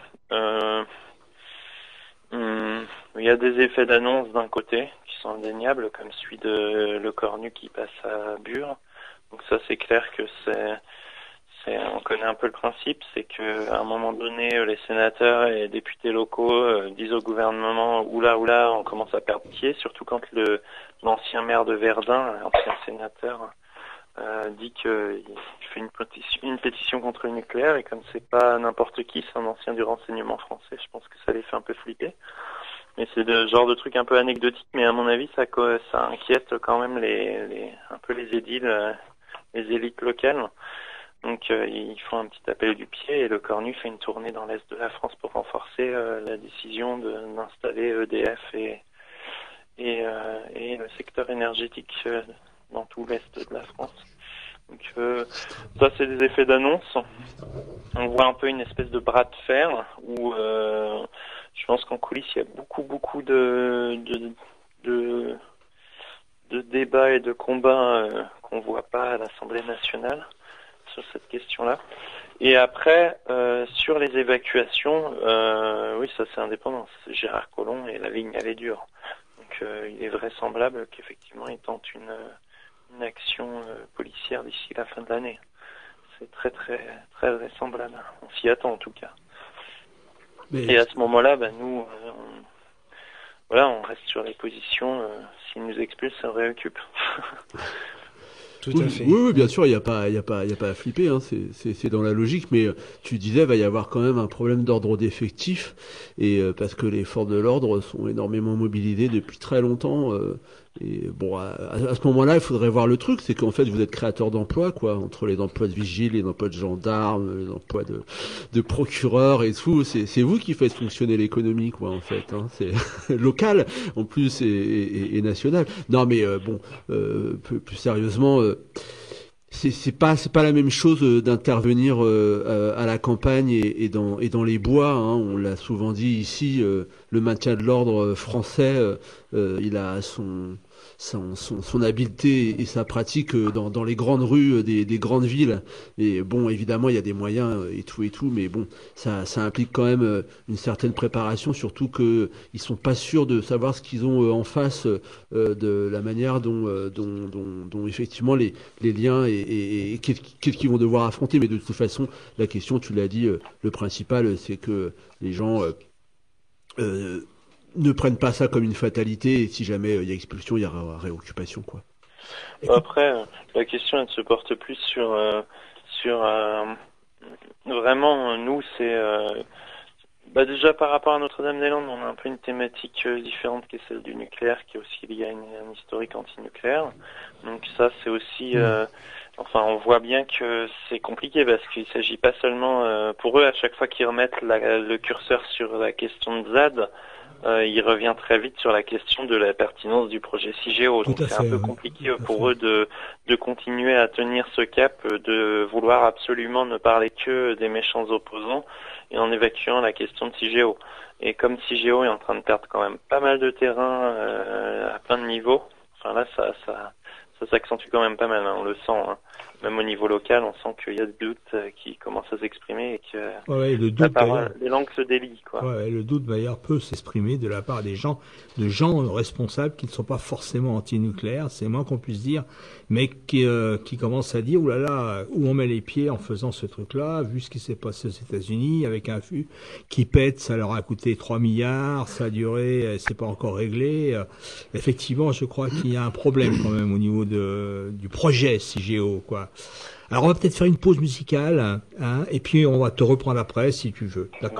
F: il y a des effets d'annonce d'un côté qui sont indéniables, comme celui de Le Cornu qui passe à Bure. Donc ça, c'est clair que on connaît un peu le principe, c'est que à un moment donné, les sénateurs et députés locaux disent au gouvernement oula, on commence à perdre pied, surtout quand l'ancien maire de Verdun, l'ancien sénateur, dit qu'il fait une pétition contre le nucléaire, et comme c'est pas n'importe qui, c'est un ancien du renseignement français, je pense que ça les fait un peu flipper. Mais c'est le genre de truc un peu anecdotique, mais à mon avis, ça inquiète quand même un peu les édiles, les élites locales. Donc ils font un petit appel du pied, et Le Cornu fait une tournée dans l'est de la France pour renforcer la décision d'installer EDF et le secteur énergétique dans tout l'est de la France. Donc ça, c'est des effets d'annonce. On voit un peu une espèce de bras de fer où je pense qu'en coulisses il y a beaucoup de débats et de combats qu'on voit pas à l'Assemblée nationale sur cette question-là. Et après, sur les évacuations, oui, ça c'est indépendant. C'est Gérard Collomb et la ligne elle est dure. Donc il est vraisemblable qu'effectivement il tente une action policière d'ici la fin de l'année. C'est très vraisemblable. On s'y attend en tout cas. Mais... Et à ce moment-là, nous, on reste sur les positions. S'ils nous expulsent, on réoccupe.
G: Tout à fait. Oui, bien sûr, il y a pas à flipper, hein, c'est dans la logique, mais tu disais, va y avoir quand même un problème d'ordre d'effectifs, et parce que les forces de l'ordre sont énormément mobilisées depuis très longtemps, et bon, à ce moment-là, il faudrait voir le truc, c'est qu'en fait, vous êtes créateur d'emplois, quoi, entre les emplois de vigiles, les emplois de gendarmes, les emplois de procureurs et tout, c'est vous qui faites fonctionner l'économie, quoi, en fait, hein, c'est local, en plus, et national. Non, mais plus sérieusement, c'est pas la même chose d'intervenir à la campagne et dans les bois, hein. On l'a souvent dit ici, le maintien de l'ordre français, il a son habileté et sa pratique dans les grandes rues des grandes villes. Et bon, évidemment, il y a des moyens et tout, mais bon, ça implique quand même une certaine préparation, surtout que ils sont pas sûrs de savoir ce qu'ils ont en face, de la manière dont effectivement les liens et qu'est-ce qu'ils vont devoir affronter. Mais de toute façon, la question, tu l'as dit, le principal, c'est que les gens ne prennent pas ça comme une fatalité, et si jamais il y a expulsion, il y aura réoccupation, quoi.
F: Après, la question elle se porte plus sur vraiment, nous, c'est déjà par rapport à Notre-Dame-des-Landes, on a un peu une thématique différente qui est celle du nucléaire, qui est aussi liée à un historique anti-nucléaire. Donc ça, c'est aussi on voit bien que c'est compliqué parce qu'il s'agit pas seulement pour eux, à chaque fois qu'ils remettent le curseur sur la question de ZAD, il revient très vite sur la question de la pertinence du projet CIGEO. Donc c'est un peu compliqué pour eux de continuer à tenir ce cap, de vouloir absolument ne parler que des méchants opposants et en évacuant la question de CIGEO. Et comme CIGEO est en train de perdre quand même pas mal de terrain à plein de niveaux, enfin là ça s'accentue quand même pas mal, hein, on le sent. Hein. Même au niveau local, on sent qu'il y a des doutes qui commencent à s'exprimer et que
D: le doute,
F: les langues se délient, quoi.
D: Le doute d'ailleurs peut s'exprimer de la part de gens responsables qui ne sont pas forcément anti-nucléaires, c'est moins qu'on puisse dire, mais qui commencent à dire où on met les pieds en faisant ce truc-là, vu ce qui s'est passé aux États-Unis avec un fût qui pète, ça leur a coûté 3 milliards, ça a duré, c'est pas encore réglé. Effectivement, je crois qu'il y a un problème quand même au niveau du projet CIGEO, quoi. Alors on va peut-être faire une pause musicale, hein, et puis on va te reprendre après si tu veux, d'accord ?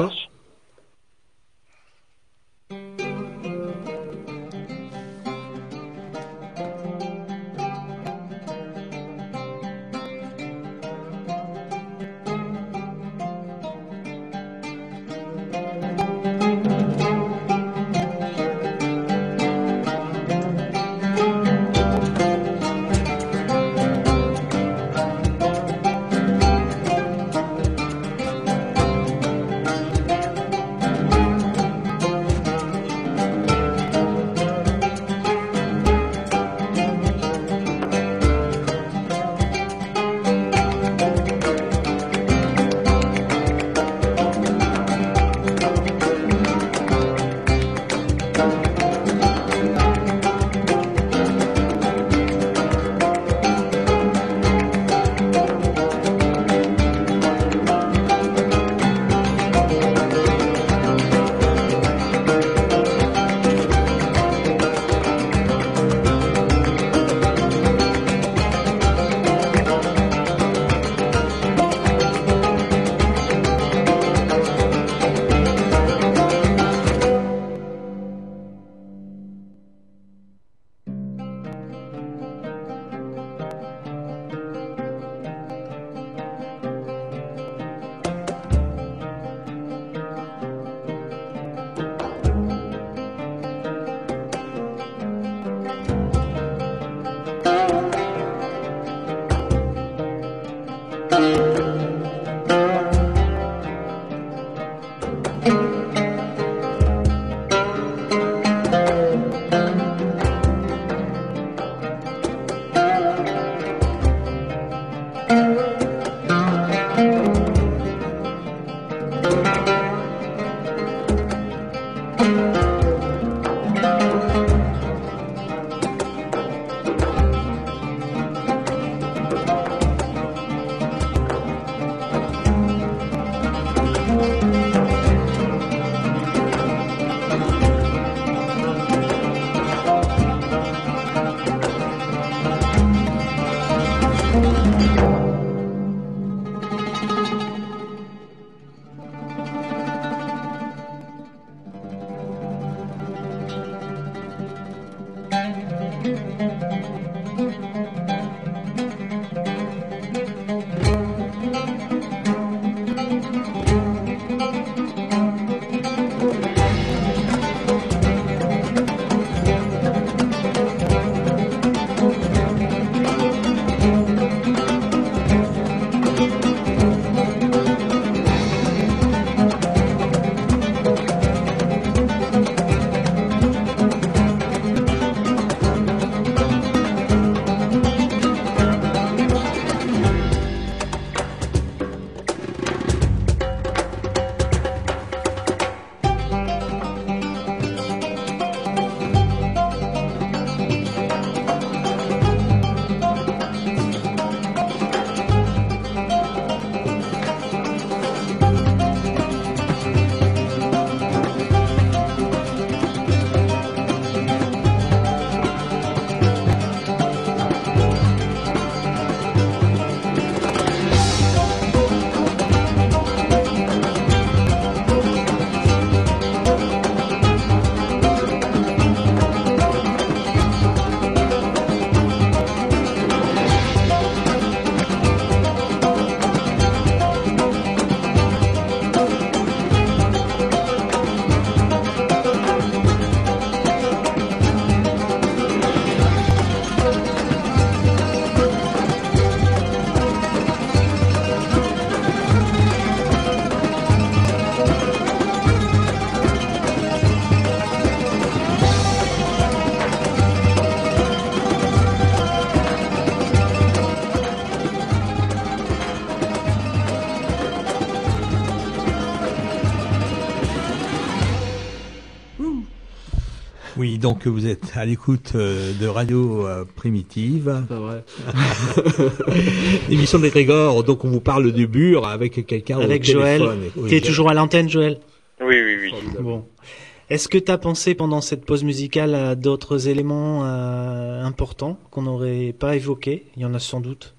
D: Oui, donc vous êtes à l'écoute de Radio Primitive.
G: Pas vrai.
D: Émission des Grégor, donc on vous parle du Bure avec quelqu'un au
E: Avec
D: téléphone.
E: Joël.
D: Oui,
E: T'es toujours à l'antenne, Joël?
F: Oui, oui, oui.
E: Bon. Est-ce que t'as pensé pendant cette pause musicale à d'autres éléments importants qu'on n'aurait pas évoqués? Il y en a sans doute.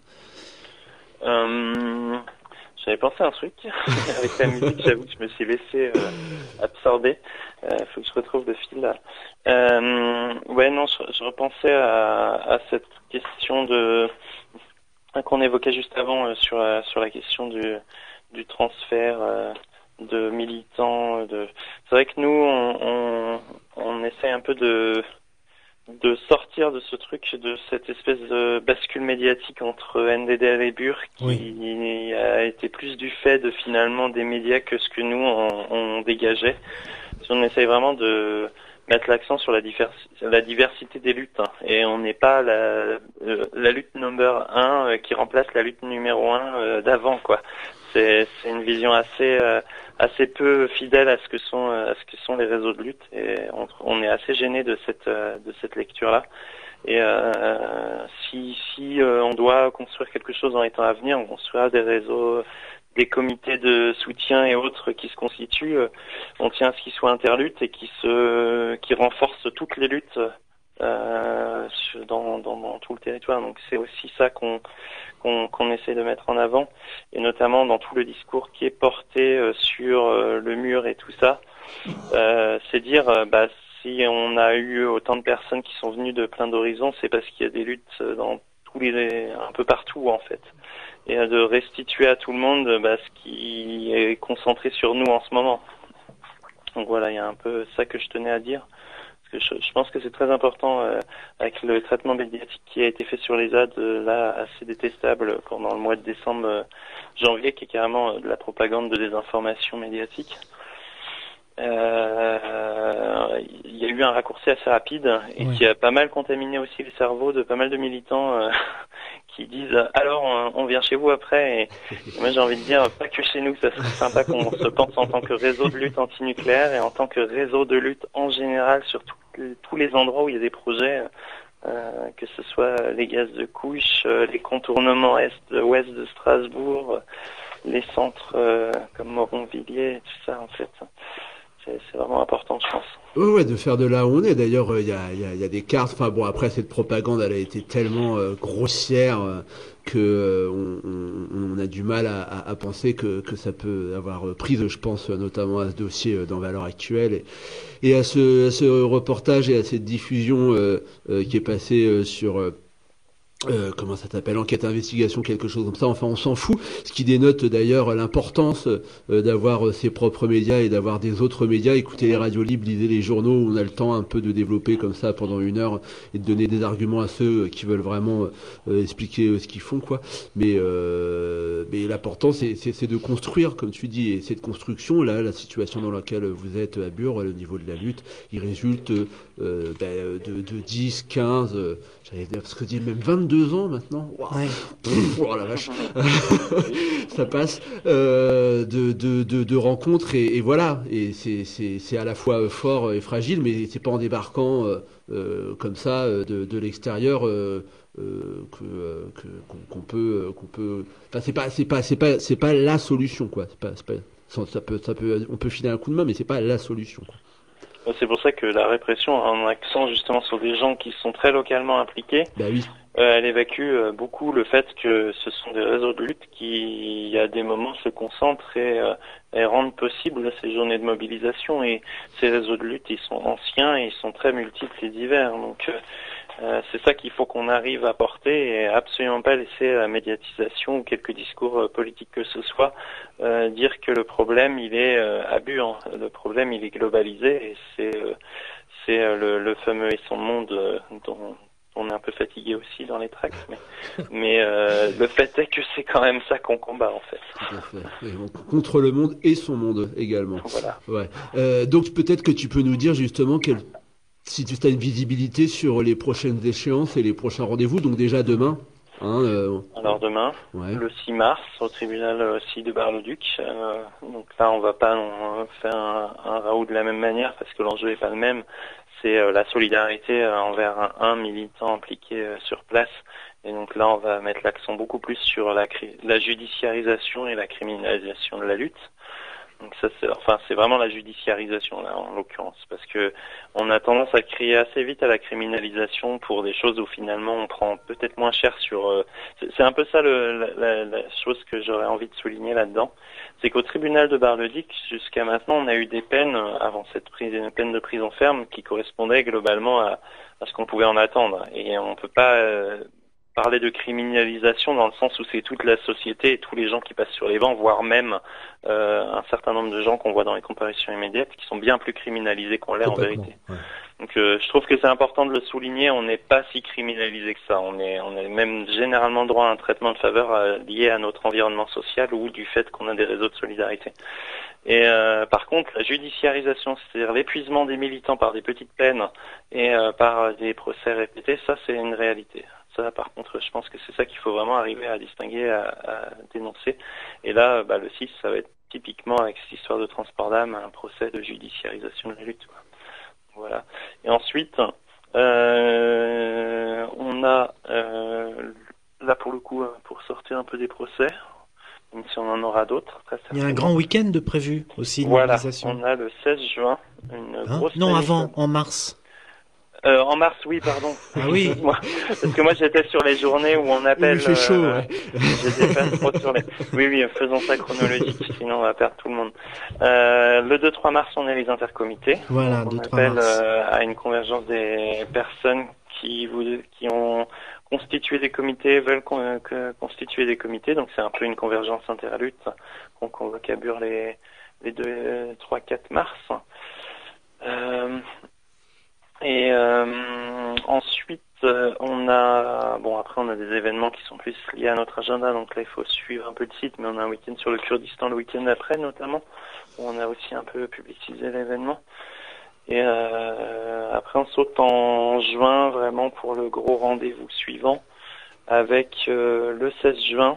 F: J'avais pensé à un truc. Avec la musique, j'avoue que je me suis laissé absorber. Faut que je retrouve le fil là. Ouais, non, je repensais à cette question qu'on évoquait juste avant sur la question du transfert de militants. C'est vrai que nous, on essaie un peu de sortir de ce truc, de cette espèce de bascule médiatique entre NDDL et Bure qui a été plus du fait de finalement des médias que ce que nous on dégageait. On essaye vraiment de mettre l'accent sur la diversité des luttes, hein. Et on n'est pas la lutte number 1 qui remplace la lutte numéro 1 d'avant, quoi. C'est une vision assez peu fidèle à ce que sont les réseaux de lutte, et on est assez gêné de cette lecture-là. Et si on doit construire quelque chose dans les temps à venir, on construira des réseaux, des comités de soutien et autres qui se constituent. On tient à ce qu'ils soient interluttes et qui renforcent toutes les luttes dans tout le territoire. Donc c'est aussi ça qu'on essaie de mettre en avant, et notamment dans tout le discours qui est porté sur le mur et tout ça. C'est dire, si on a eu autant de personnes qui sont venues de plein d'horizons, c'est parce qu'il y a des luttes dans un peu partout en fait, et de restituer à tout le monde ce qui est concentré sur nous en ce moment. Donc voilà, il y a un peu ça que je tenais à dire. Je pense que c'est très important avec le traitement médiatique qui a été fait sur les ZAD, là assez détestable pendant le mois de décembre, janvier, qui est carrément de la propagande de désinformation médiatique. Il y a eu un raccourci assez rapide et qui a pas mal contaminé aussi les cerveaux de pas mal de militants qui disent alors on vient chez vous après, et moi j'ai envie de dire pas que chez nous, ça serait sympa qu'on se pense en tant que réseau de lutte antinucléaire et en tant que réseau de lutte en général sur tous les endroits où il y a des projets, que ce soit les gaz de couche, les contournements est-ouest de Strasbourg, les centres comme Moronvilliers, tout ça en fait. C'est vraiment important, je pense.
G: Ouais, de faire de là où on est. D'ailleurs, il y a des cartes. Enfin bon, après cette propagande, elle a été tellement grossière que on a du mal à penser que ça peut avoir prise. Je pense notamment à ce dossier dans Valeurs Actuelles et à ce reportage et à cette diffusion qui est passée sur comment ça s'appelle, enquête investigation, quelque chose comme ça. Enfin, on s'en fout. Ce qui dénote d'ailleurs l'importance d'avoir ses propres médias et d'avoir des autres médias. Écoutez les radios libres, lisez les journaux. On a le temps un peu de développer comme ça pendant 1 heure et de donner des arguments à ceux qui veulent vraiment expliquer ce qu'ils font, quoi. Mais l'important c'est de construire, comme tu dis, et cette construction là, la situation dans laquelle vous êtes à Bure, au niveau de la lutte, il résulte de 10, 15, j'allais dire, parce que même 22 ans maintenant. Wow. Ouais. Oh la vache. Ça passe de rencontres et voilà. Et c'est à la fois fort et fragile, mais c'est pas en débarquant comme ça de l'extérieur qu'on peut. Enfin, c'est pas la solution, quoi. Ça peut on peut filer un coup de main, mais c'est pas la solution, quoi.
F: C'est pour ça que la répression a un accent justement sur des gens qui sont très localement impliqués.
G: Bah oui.
F: Elle évacue beaucoup le fait que ce sont des réseaux de lutte qui, à des moments, se concentrent et rendent possible ces journées de mobilisation. Et ces réseaux de lutte, ils sont anciens et ils sont très multiples et divers. Donc c'est ça qu'il faut qu'on arrive à porter et absolument pas laisser la médiatisation ou quelques discours politiques que ce soit dire que le problème il est à Bure. Le problème il est globalisé et c'est le fameux et son monde dont on est un peu fatigué aussi dans les tracts, mais le fait est que c'est quand même ça qu'on combat en fait.
G: Tout à fait. Contre le monde et son monde également.
F: Voilà.
G: Ouais. Donc peut-être que tu peux nous dire justement si tu as une visibilité sur les prochaines échéances et les prochains rendez-vous. Donc déjà demain.
F: Alors demain, le 6 mars, au tribunal aussi de Bar-le-Duc. Donc là, on va pas faire un raout de la même manière parce que l'enjeu est pas le même. C'est la solidarité envers un militant impliqué sur place. Et donc là, on va mettre l'accent beaucoup plus sur la judiciarisation et la criminalisation de la lutte. Donc ça, c'est vraiment la judiciarisation là, en l'occurrence, parce que on a tendance à crier assez vite à la criminalisation pour des choses où finalement on prend peut-être moins cher sur. C'est un peu ça la chose que j'aurais envie de souligner là-dedans, c'est qu'au tribunal de Bar-le-Duc, jusqu'à maintenant, on a eu des peines avant cette peine de prison ferme qui correspondaient globalement à ce qu'on pouvait en attendre, et on peut pas parler de criminalisation dans le sens où c'est toute la société et tous les gens qui passent sur les bancs, voire même un certain nombre de gens qu'on voit dans les comparutions immédiates qui sont bien plus criminalisés qu'on l'est en vérité. Ouais. Donc je trouve que c'est important de le souligner, on n'est pas si criminalisé que ça, on est même généralement droit à un traitement de faveur lié à notre environnement social ou du fait qu'on a des réseaux de solidarité. Et par contre, la judiciarisation, c'est-à-dire l'épuisement des militants par des petites peines et par des procès répétés, ça c'est une réalité. Ça, par contre, je pense que c'est ça qu'il faut vraiment arriver à distinguer, à dénoncer. Et là, le 6, ça va être typiquement, avec cette histoire de transport d'âme, un procès de judiciarisation de la lutte, quoi. Voilà. Et ensuite, on a, là pour le coup, pour sortir un peu des procès, même si on en aura d'autres.
E: Il y a un grand week-end de prévu aussi, de
F: mobilisation. Voilà, on a le 16 juin, une grosse
E: non, avant, en mars.
F: En mars, oui, pardon.
E: Ah oui.
F: Parce que moi j'étais sur les journées où on appelle.
E: Il fait chaud, ouais.
F: J'étais pas trop sur les. Oui, faisons ça chronologique, sinon on va perdre tout le monde. Le 2-3 mars, on est les intercomités.
E: Voilà, 2-3
F: mars. On appelle à une convergence des personnes qui ont constitué des comités, veulent constituer des comités. Donc c'est un peu une convergence interlutte qu'on convoque à Bure les 2, 3, 4 mars. Et ensuite, on a des événements qui sont plus liés à notre agenda, donc là il faut suivre un peu le site, mais on a un week-end sur le Kurdistan le week-end après notamment, où on a aussi un peu publicisé l'événement. Et après on saute en juin vraiment pour le gros rendez-vous suivant, avec le 16 juin,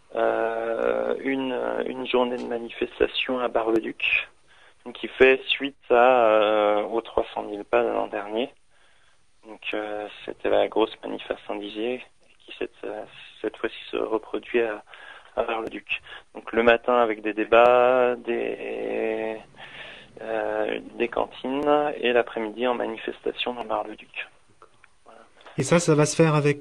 F: une journée de manifestation à Bar-le-Duc, qui fait suite aux 300 000 pas de l'an dernier. Donc c'était la grosse manif à Saint-Dizier qui cette fois-ci se reproduit à Bar-le-Duc. Donc le matin avec des débats, des cantines, et l'après-midi en manifestation dans Bar-le-Duc. Voilà.
E: Et ça va se faire avec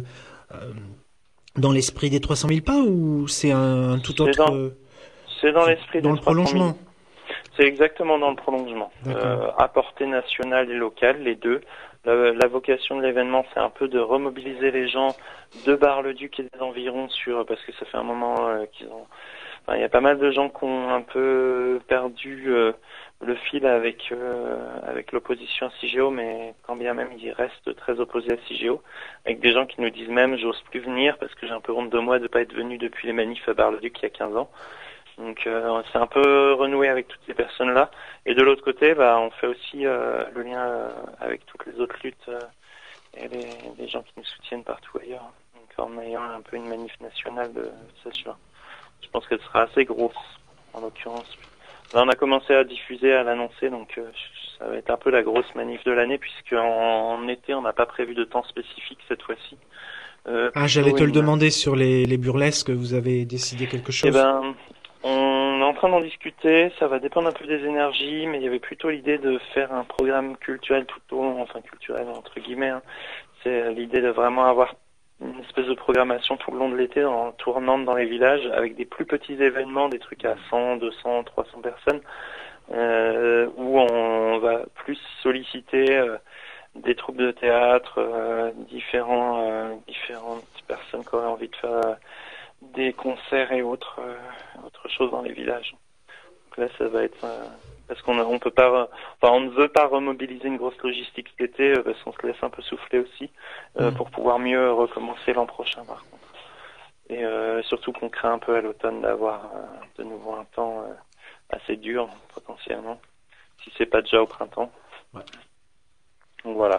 E: dans l'esprit des 300 000 pas, ou c'est un tout autre...
F: C'est dans l'esprit
E: dans
F: des 300 000.
E: Le prolongement.
F: C'est exactement dans le prolongement. À portée nationale et locale, les deux. La vocation de l'événement, c'est un peu de remobiliser les gens de Bar-le-Duc et des environs parce que ça fait un moment qu'ils ont... Enfin, il y a pas mal de gens qui ont un peu perdu le fil avec l'opposition à CIGEO, mais quand bien même ils restent très opposés à CIGEO, avec des gens qui nous disent même j'ose plus venir parce que j'ai un peu honte de moi de pas être venu depuis les manifs à Bar-le-Duc il y a 15 ans. Donc c'est un peu renoué avec toutes ces personnes-là. Et de l'autre côté, on fait aussi le lien avec toutes les autres luttes et les gens qui nous soutiennent partout ailleurs. Donc en ayant un peu une manif nationale de 16 juin. Je pense qu'elle sera assez grosse, en l'occurrence. Là, on a commencé à diffuser, à l'annoncer, donc ça va être un peu la grosse manif de l'année, puisqu'en été, on n'a pas prévu de temps spécifique cette fois-ci.
E: J'allais te le demander sur les burlesques, vous avez décidé quelque chose?
F: On est en train d'en discuter, ça va dépendre un peu des énergies, mais il y avait plutôt l'idée de faire un programme culturel tout au long, enfin culturel entre guillemets, hein. C'est l'idée de vraiment avoir une espèce de programmation tout le long de l'été en tournant dans les villages avec des plus petits événements, des trucs à 100, 200, 300 personnes, où on va plus solliciter des troupes de théâtre, différentes personnes qui auraient envie de faire des concerts et autres choses dans les villages. Donc là, ça va être parce qu'on peut pas, on ne veut pas remobiliser une grosse logistique cet été parce qu'on se laisse un peu souffler aussi pour pouvoir mieux recommencer l'an prochain par contre. Et surtout qu'on craint un peu à l'automne d'avoir de nouveau un temps assez dur potentiellement, si c'est pas déjà au printemps. Ouais. Donc voilà.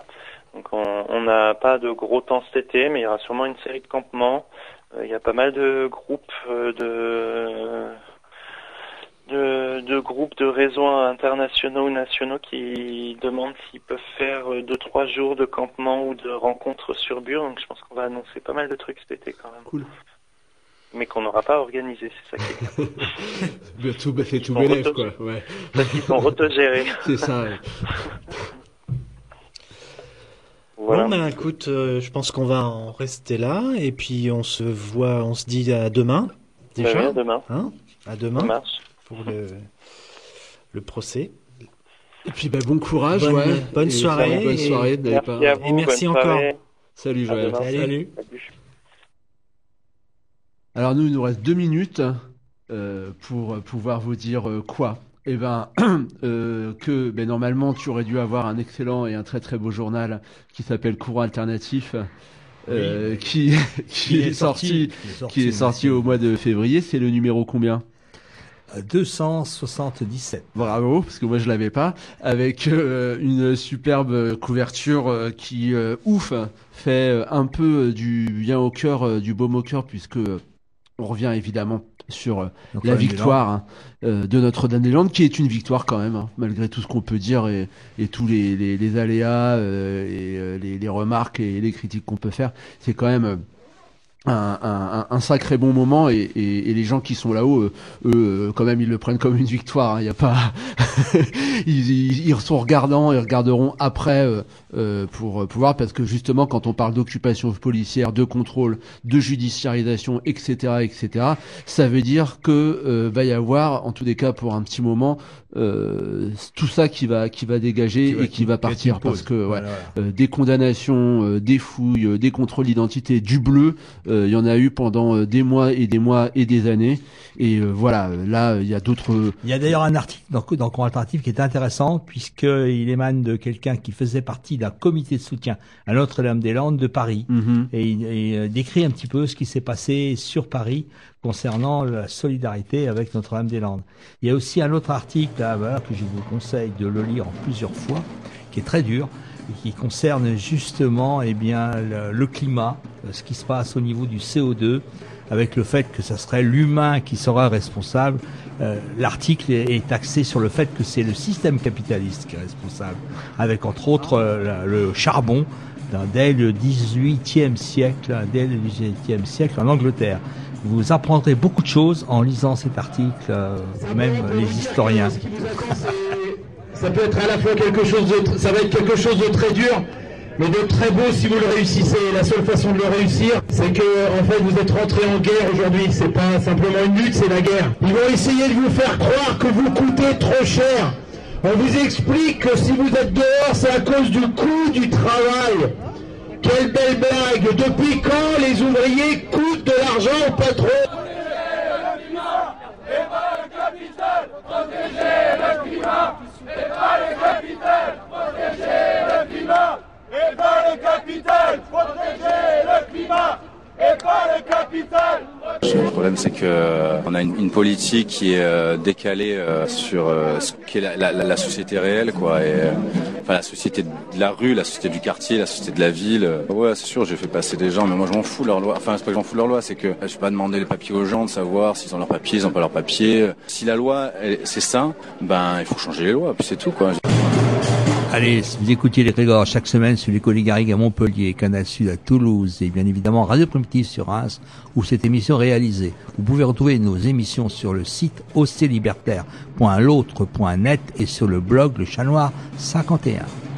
F: Donc on n'a pas de gros temps cet été, mais il y aura sûrement une série de campements. Il y a pas mal de groupes de groupes de réseaux internationaux ou nationaux qui demandent s'ils peuvent faire 2-3 jours de campement ou de rencontres sur Bure. Donc je pense qu'on va annoncer pas mal de trucs cet été quand même.
G: Cool.
F: Mais qu'on n'aura pas organisé, c'est ça qui est bien.
G: C'est tout bélève, quoi. Ouais.
F: Parce qu'ils sont autogérés.
G: C'est ça, ouais.
F: Voilà.
E: Bon, écoute, je pense qu'on va en rester là, et puis on se dit à demain, déjà.
F: Oui, à demain.
E: Hein, à demain.
F: Ça marche.
E: Pour le procès.
G: Et puis, bon courage,
E: bonne soirée.
G: Bonne soirée,
F: merci à vous,
E: et merci encore.
F: Soirée.
G: Salut, Joël.
E: Salut.
G: Alors, nous, il nous reste 2 minutes, pour pouvoir vous dire quoi? Eh ben, que normalement tu aurais dû avoir un excellent et un très très beau journal qui s'appelle Courant Alternatif, qui est sorti au mois de février. C'est le numéro combien?
D: 277.
G: Bravo, parce que moi je l'avais pas. Avec une superbe couverture qui fait un peu du bien au cœur, du baume au cœur, puisque on revient évidemment sur la victoire de Notre-Dame-des-Landes, qui est une victoire quand même, malgré tout ce qu'on peut dire et tous les aléas et les remarques et les critiques qu'on peut faire. C'est quand même un sacré bon moment, et les gens qui sont là-haut, eux, quand même, ils le prennent comme une victoire. Il y a pas, ils sont regardants, ils regarderont après pour pouvoir, parce que justement, quand on parle d'occupation policière, de contrôle, de judiciarisation, etc., ça veut dire que va y avoir, en tous les cas, pour un petit moment, tout ça qui va dégager et qui va partir, parce que des condamnations, des fouilles, des contrôles d'identité, du bleu. Il y en a eu pendant des mois et des années, et là il y a d'autres. Il
D: y a d'ailleurs un article dans Courant Alternatif qui est intéressant, puisqu'il émane de quelqu'un qui faisait partie d'un comité de soutien à Notre-Dame-des-Landes de Paris, et il décrit un petit peu ce qui s'est passé sur Paris concernant la solidarité avec Notre-Dame-des-Landes. Il y a aussi un autre article que je vous conseille de le lire en plusieurs fois, qui est très dur, qui concerne justement le climat, ce qui se passe au niveau du CO2, avec le fait que ça serait l'humain qui sera responsable. L'article est axé sur le fait que c'est le système capitaliste qui est responsable, avec entre autres le charbon dès le XVIIIe siècle en Angleterre. Vous apprendrez beaucoup de choses en lisant cet article, même les historiens.
A: Ça peut être à la fois ça va être quelque chose de très dur, mais de très beau si vous le réussissez. La seule façon de le réussir, c'est que, en fait, vous êtes rentrés en guerre aujourd'hui. C'est pas simplement une lutte, c'est la guerre. Ils vont essayer de vous faire croire que vous coûtez trop cher. On vous explique que si vous êtes dehors, c'est à cause du coût du travail. Quelle belle blague! Depuis quand les ouvriers coûtent de l'argent au patron?
B: Protéger le climat, et pas le capital. Protéger le climat, et pas le capital. Protéger le climat, et pas le capital.
C: Le problème, c'est que on a une politique qui est décalée sur ce qu'est la société réelle, quoi. Et la société de la rue, la société du quartier, la société de la ville. Ouais, c'est sûr, j'ai fait passer des gens, mais moi je m'en fous de leur loi. Enfin, c'est pas que j'en fous de leur loi, c'est que je vais pas demander les papiers aux gens, de savoir s'ils ont leurs papiers, ils ont pas leurs papiers. Si la loi, c'est ça, il faut changer les lois, puis c'est tout, quoi.
D: Allez, si vous écoutiez les Grégor chaque semaine sur l'école Garrigue à Montpellier, Canal Sud à Toulouse et bien évidemment Radio Primitive sur Reims, où cette émission est réalisée. Vous pouvez retrouver nos émissions sur le site oclibertaire.l'autre.net et sur le blog Le Chat Noir 51.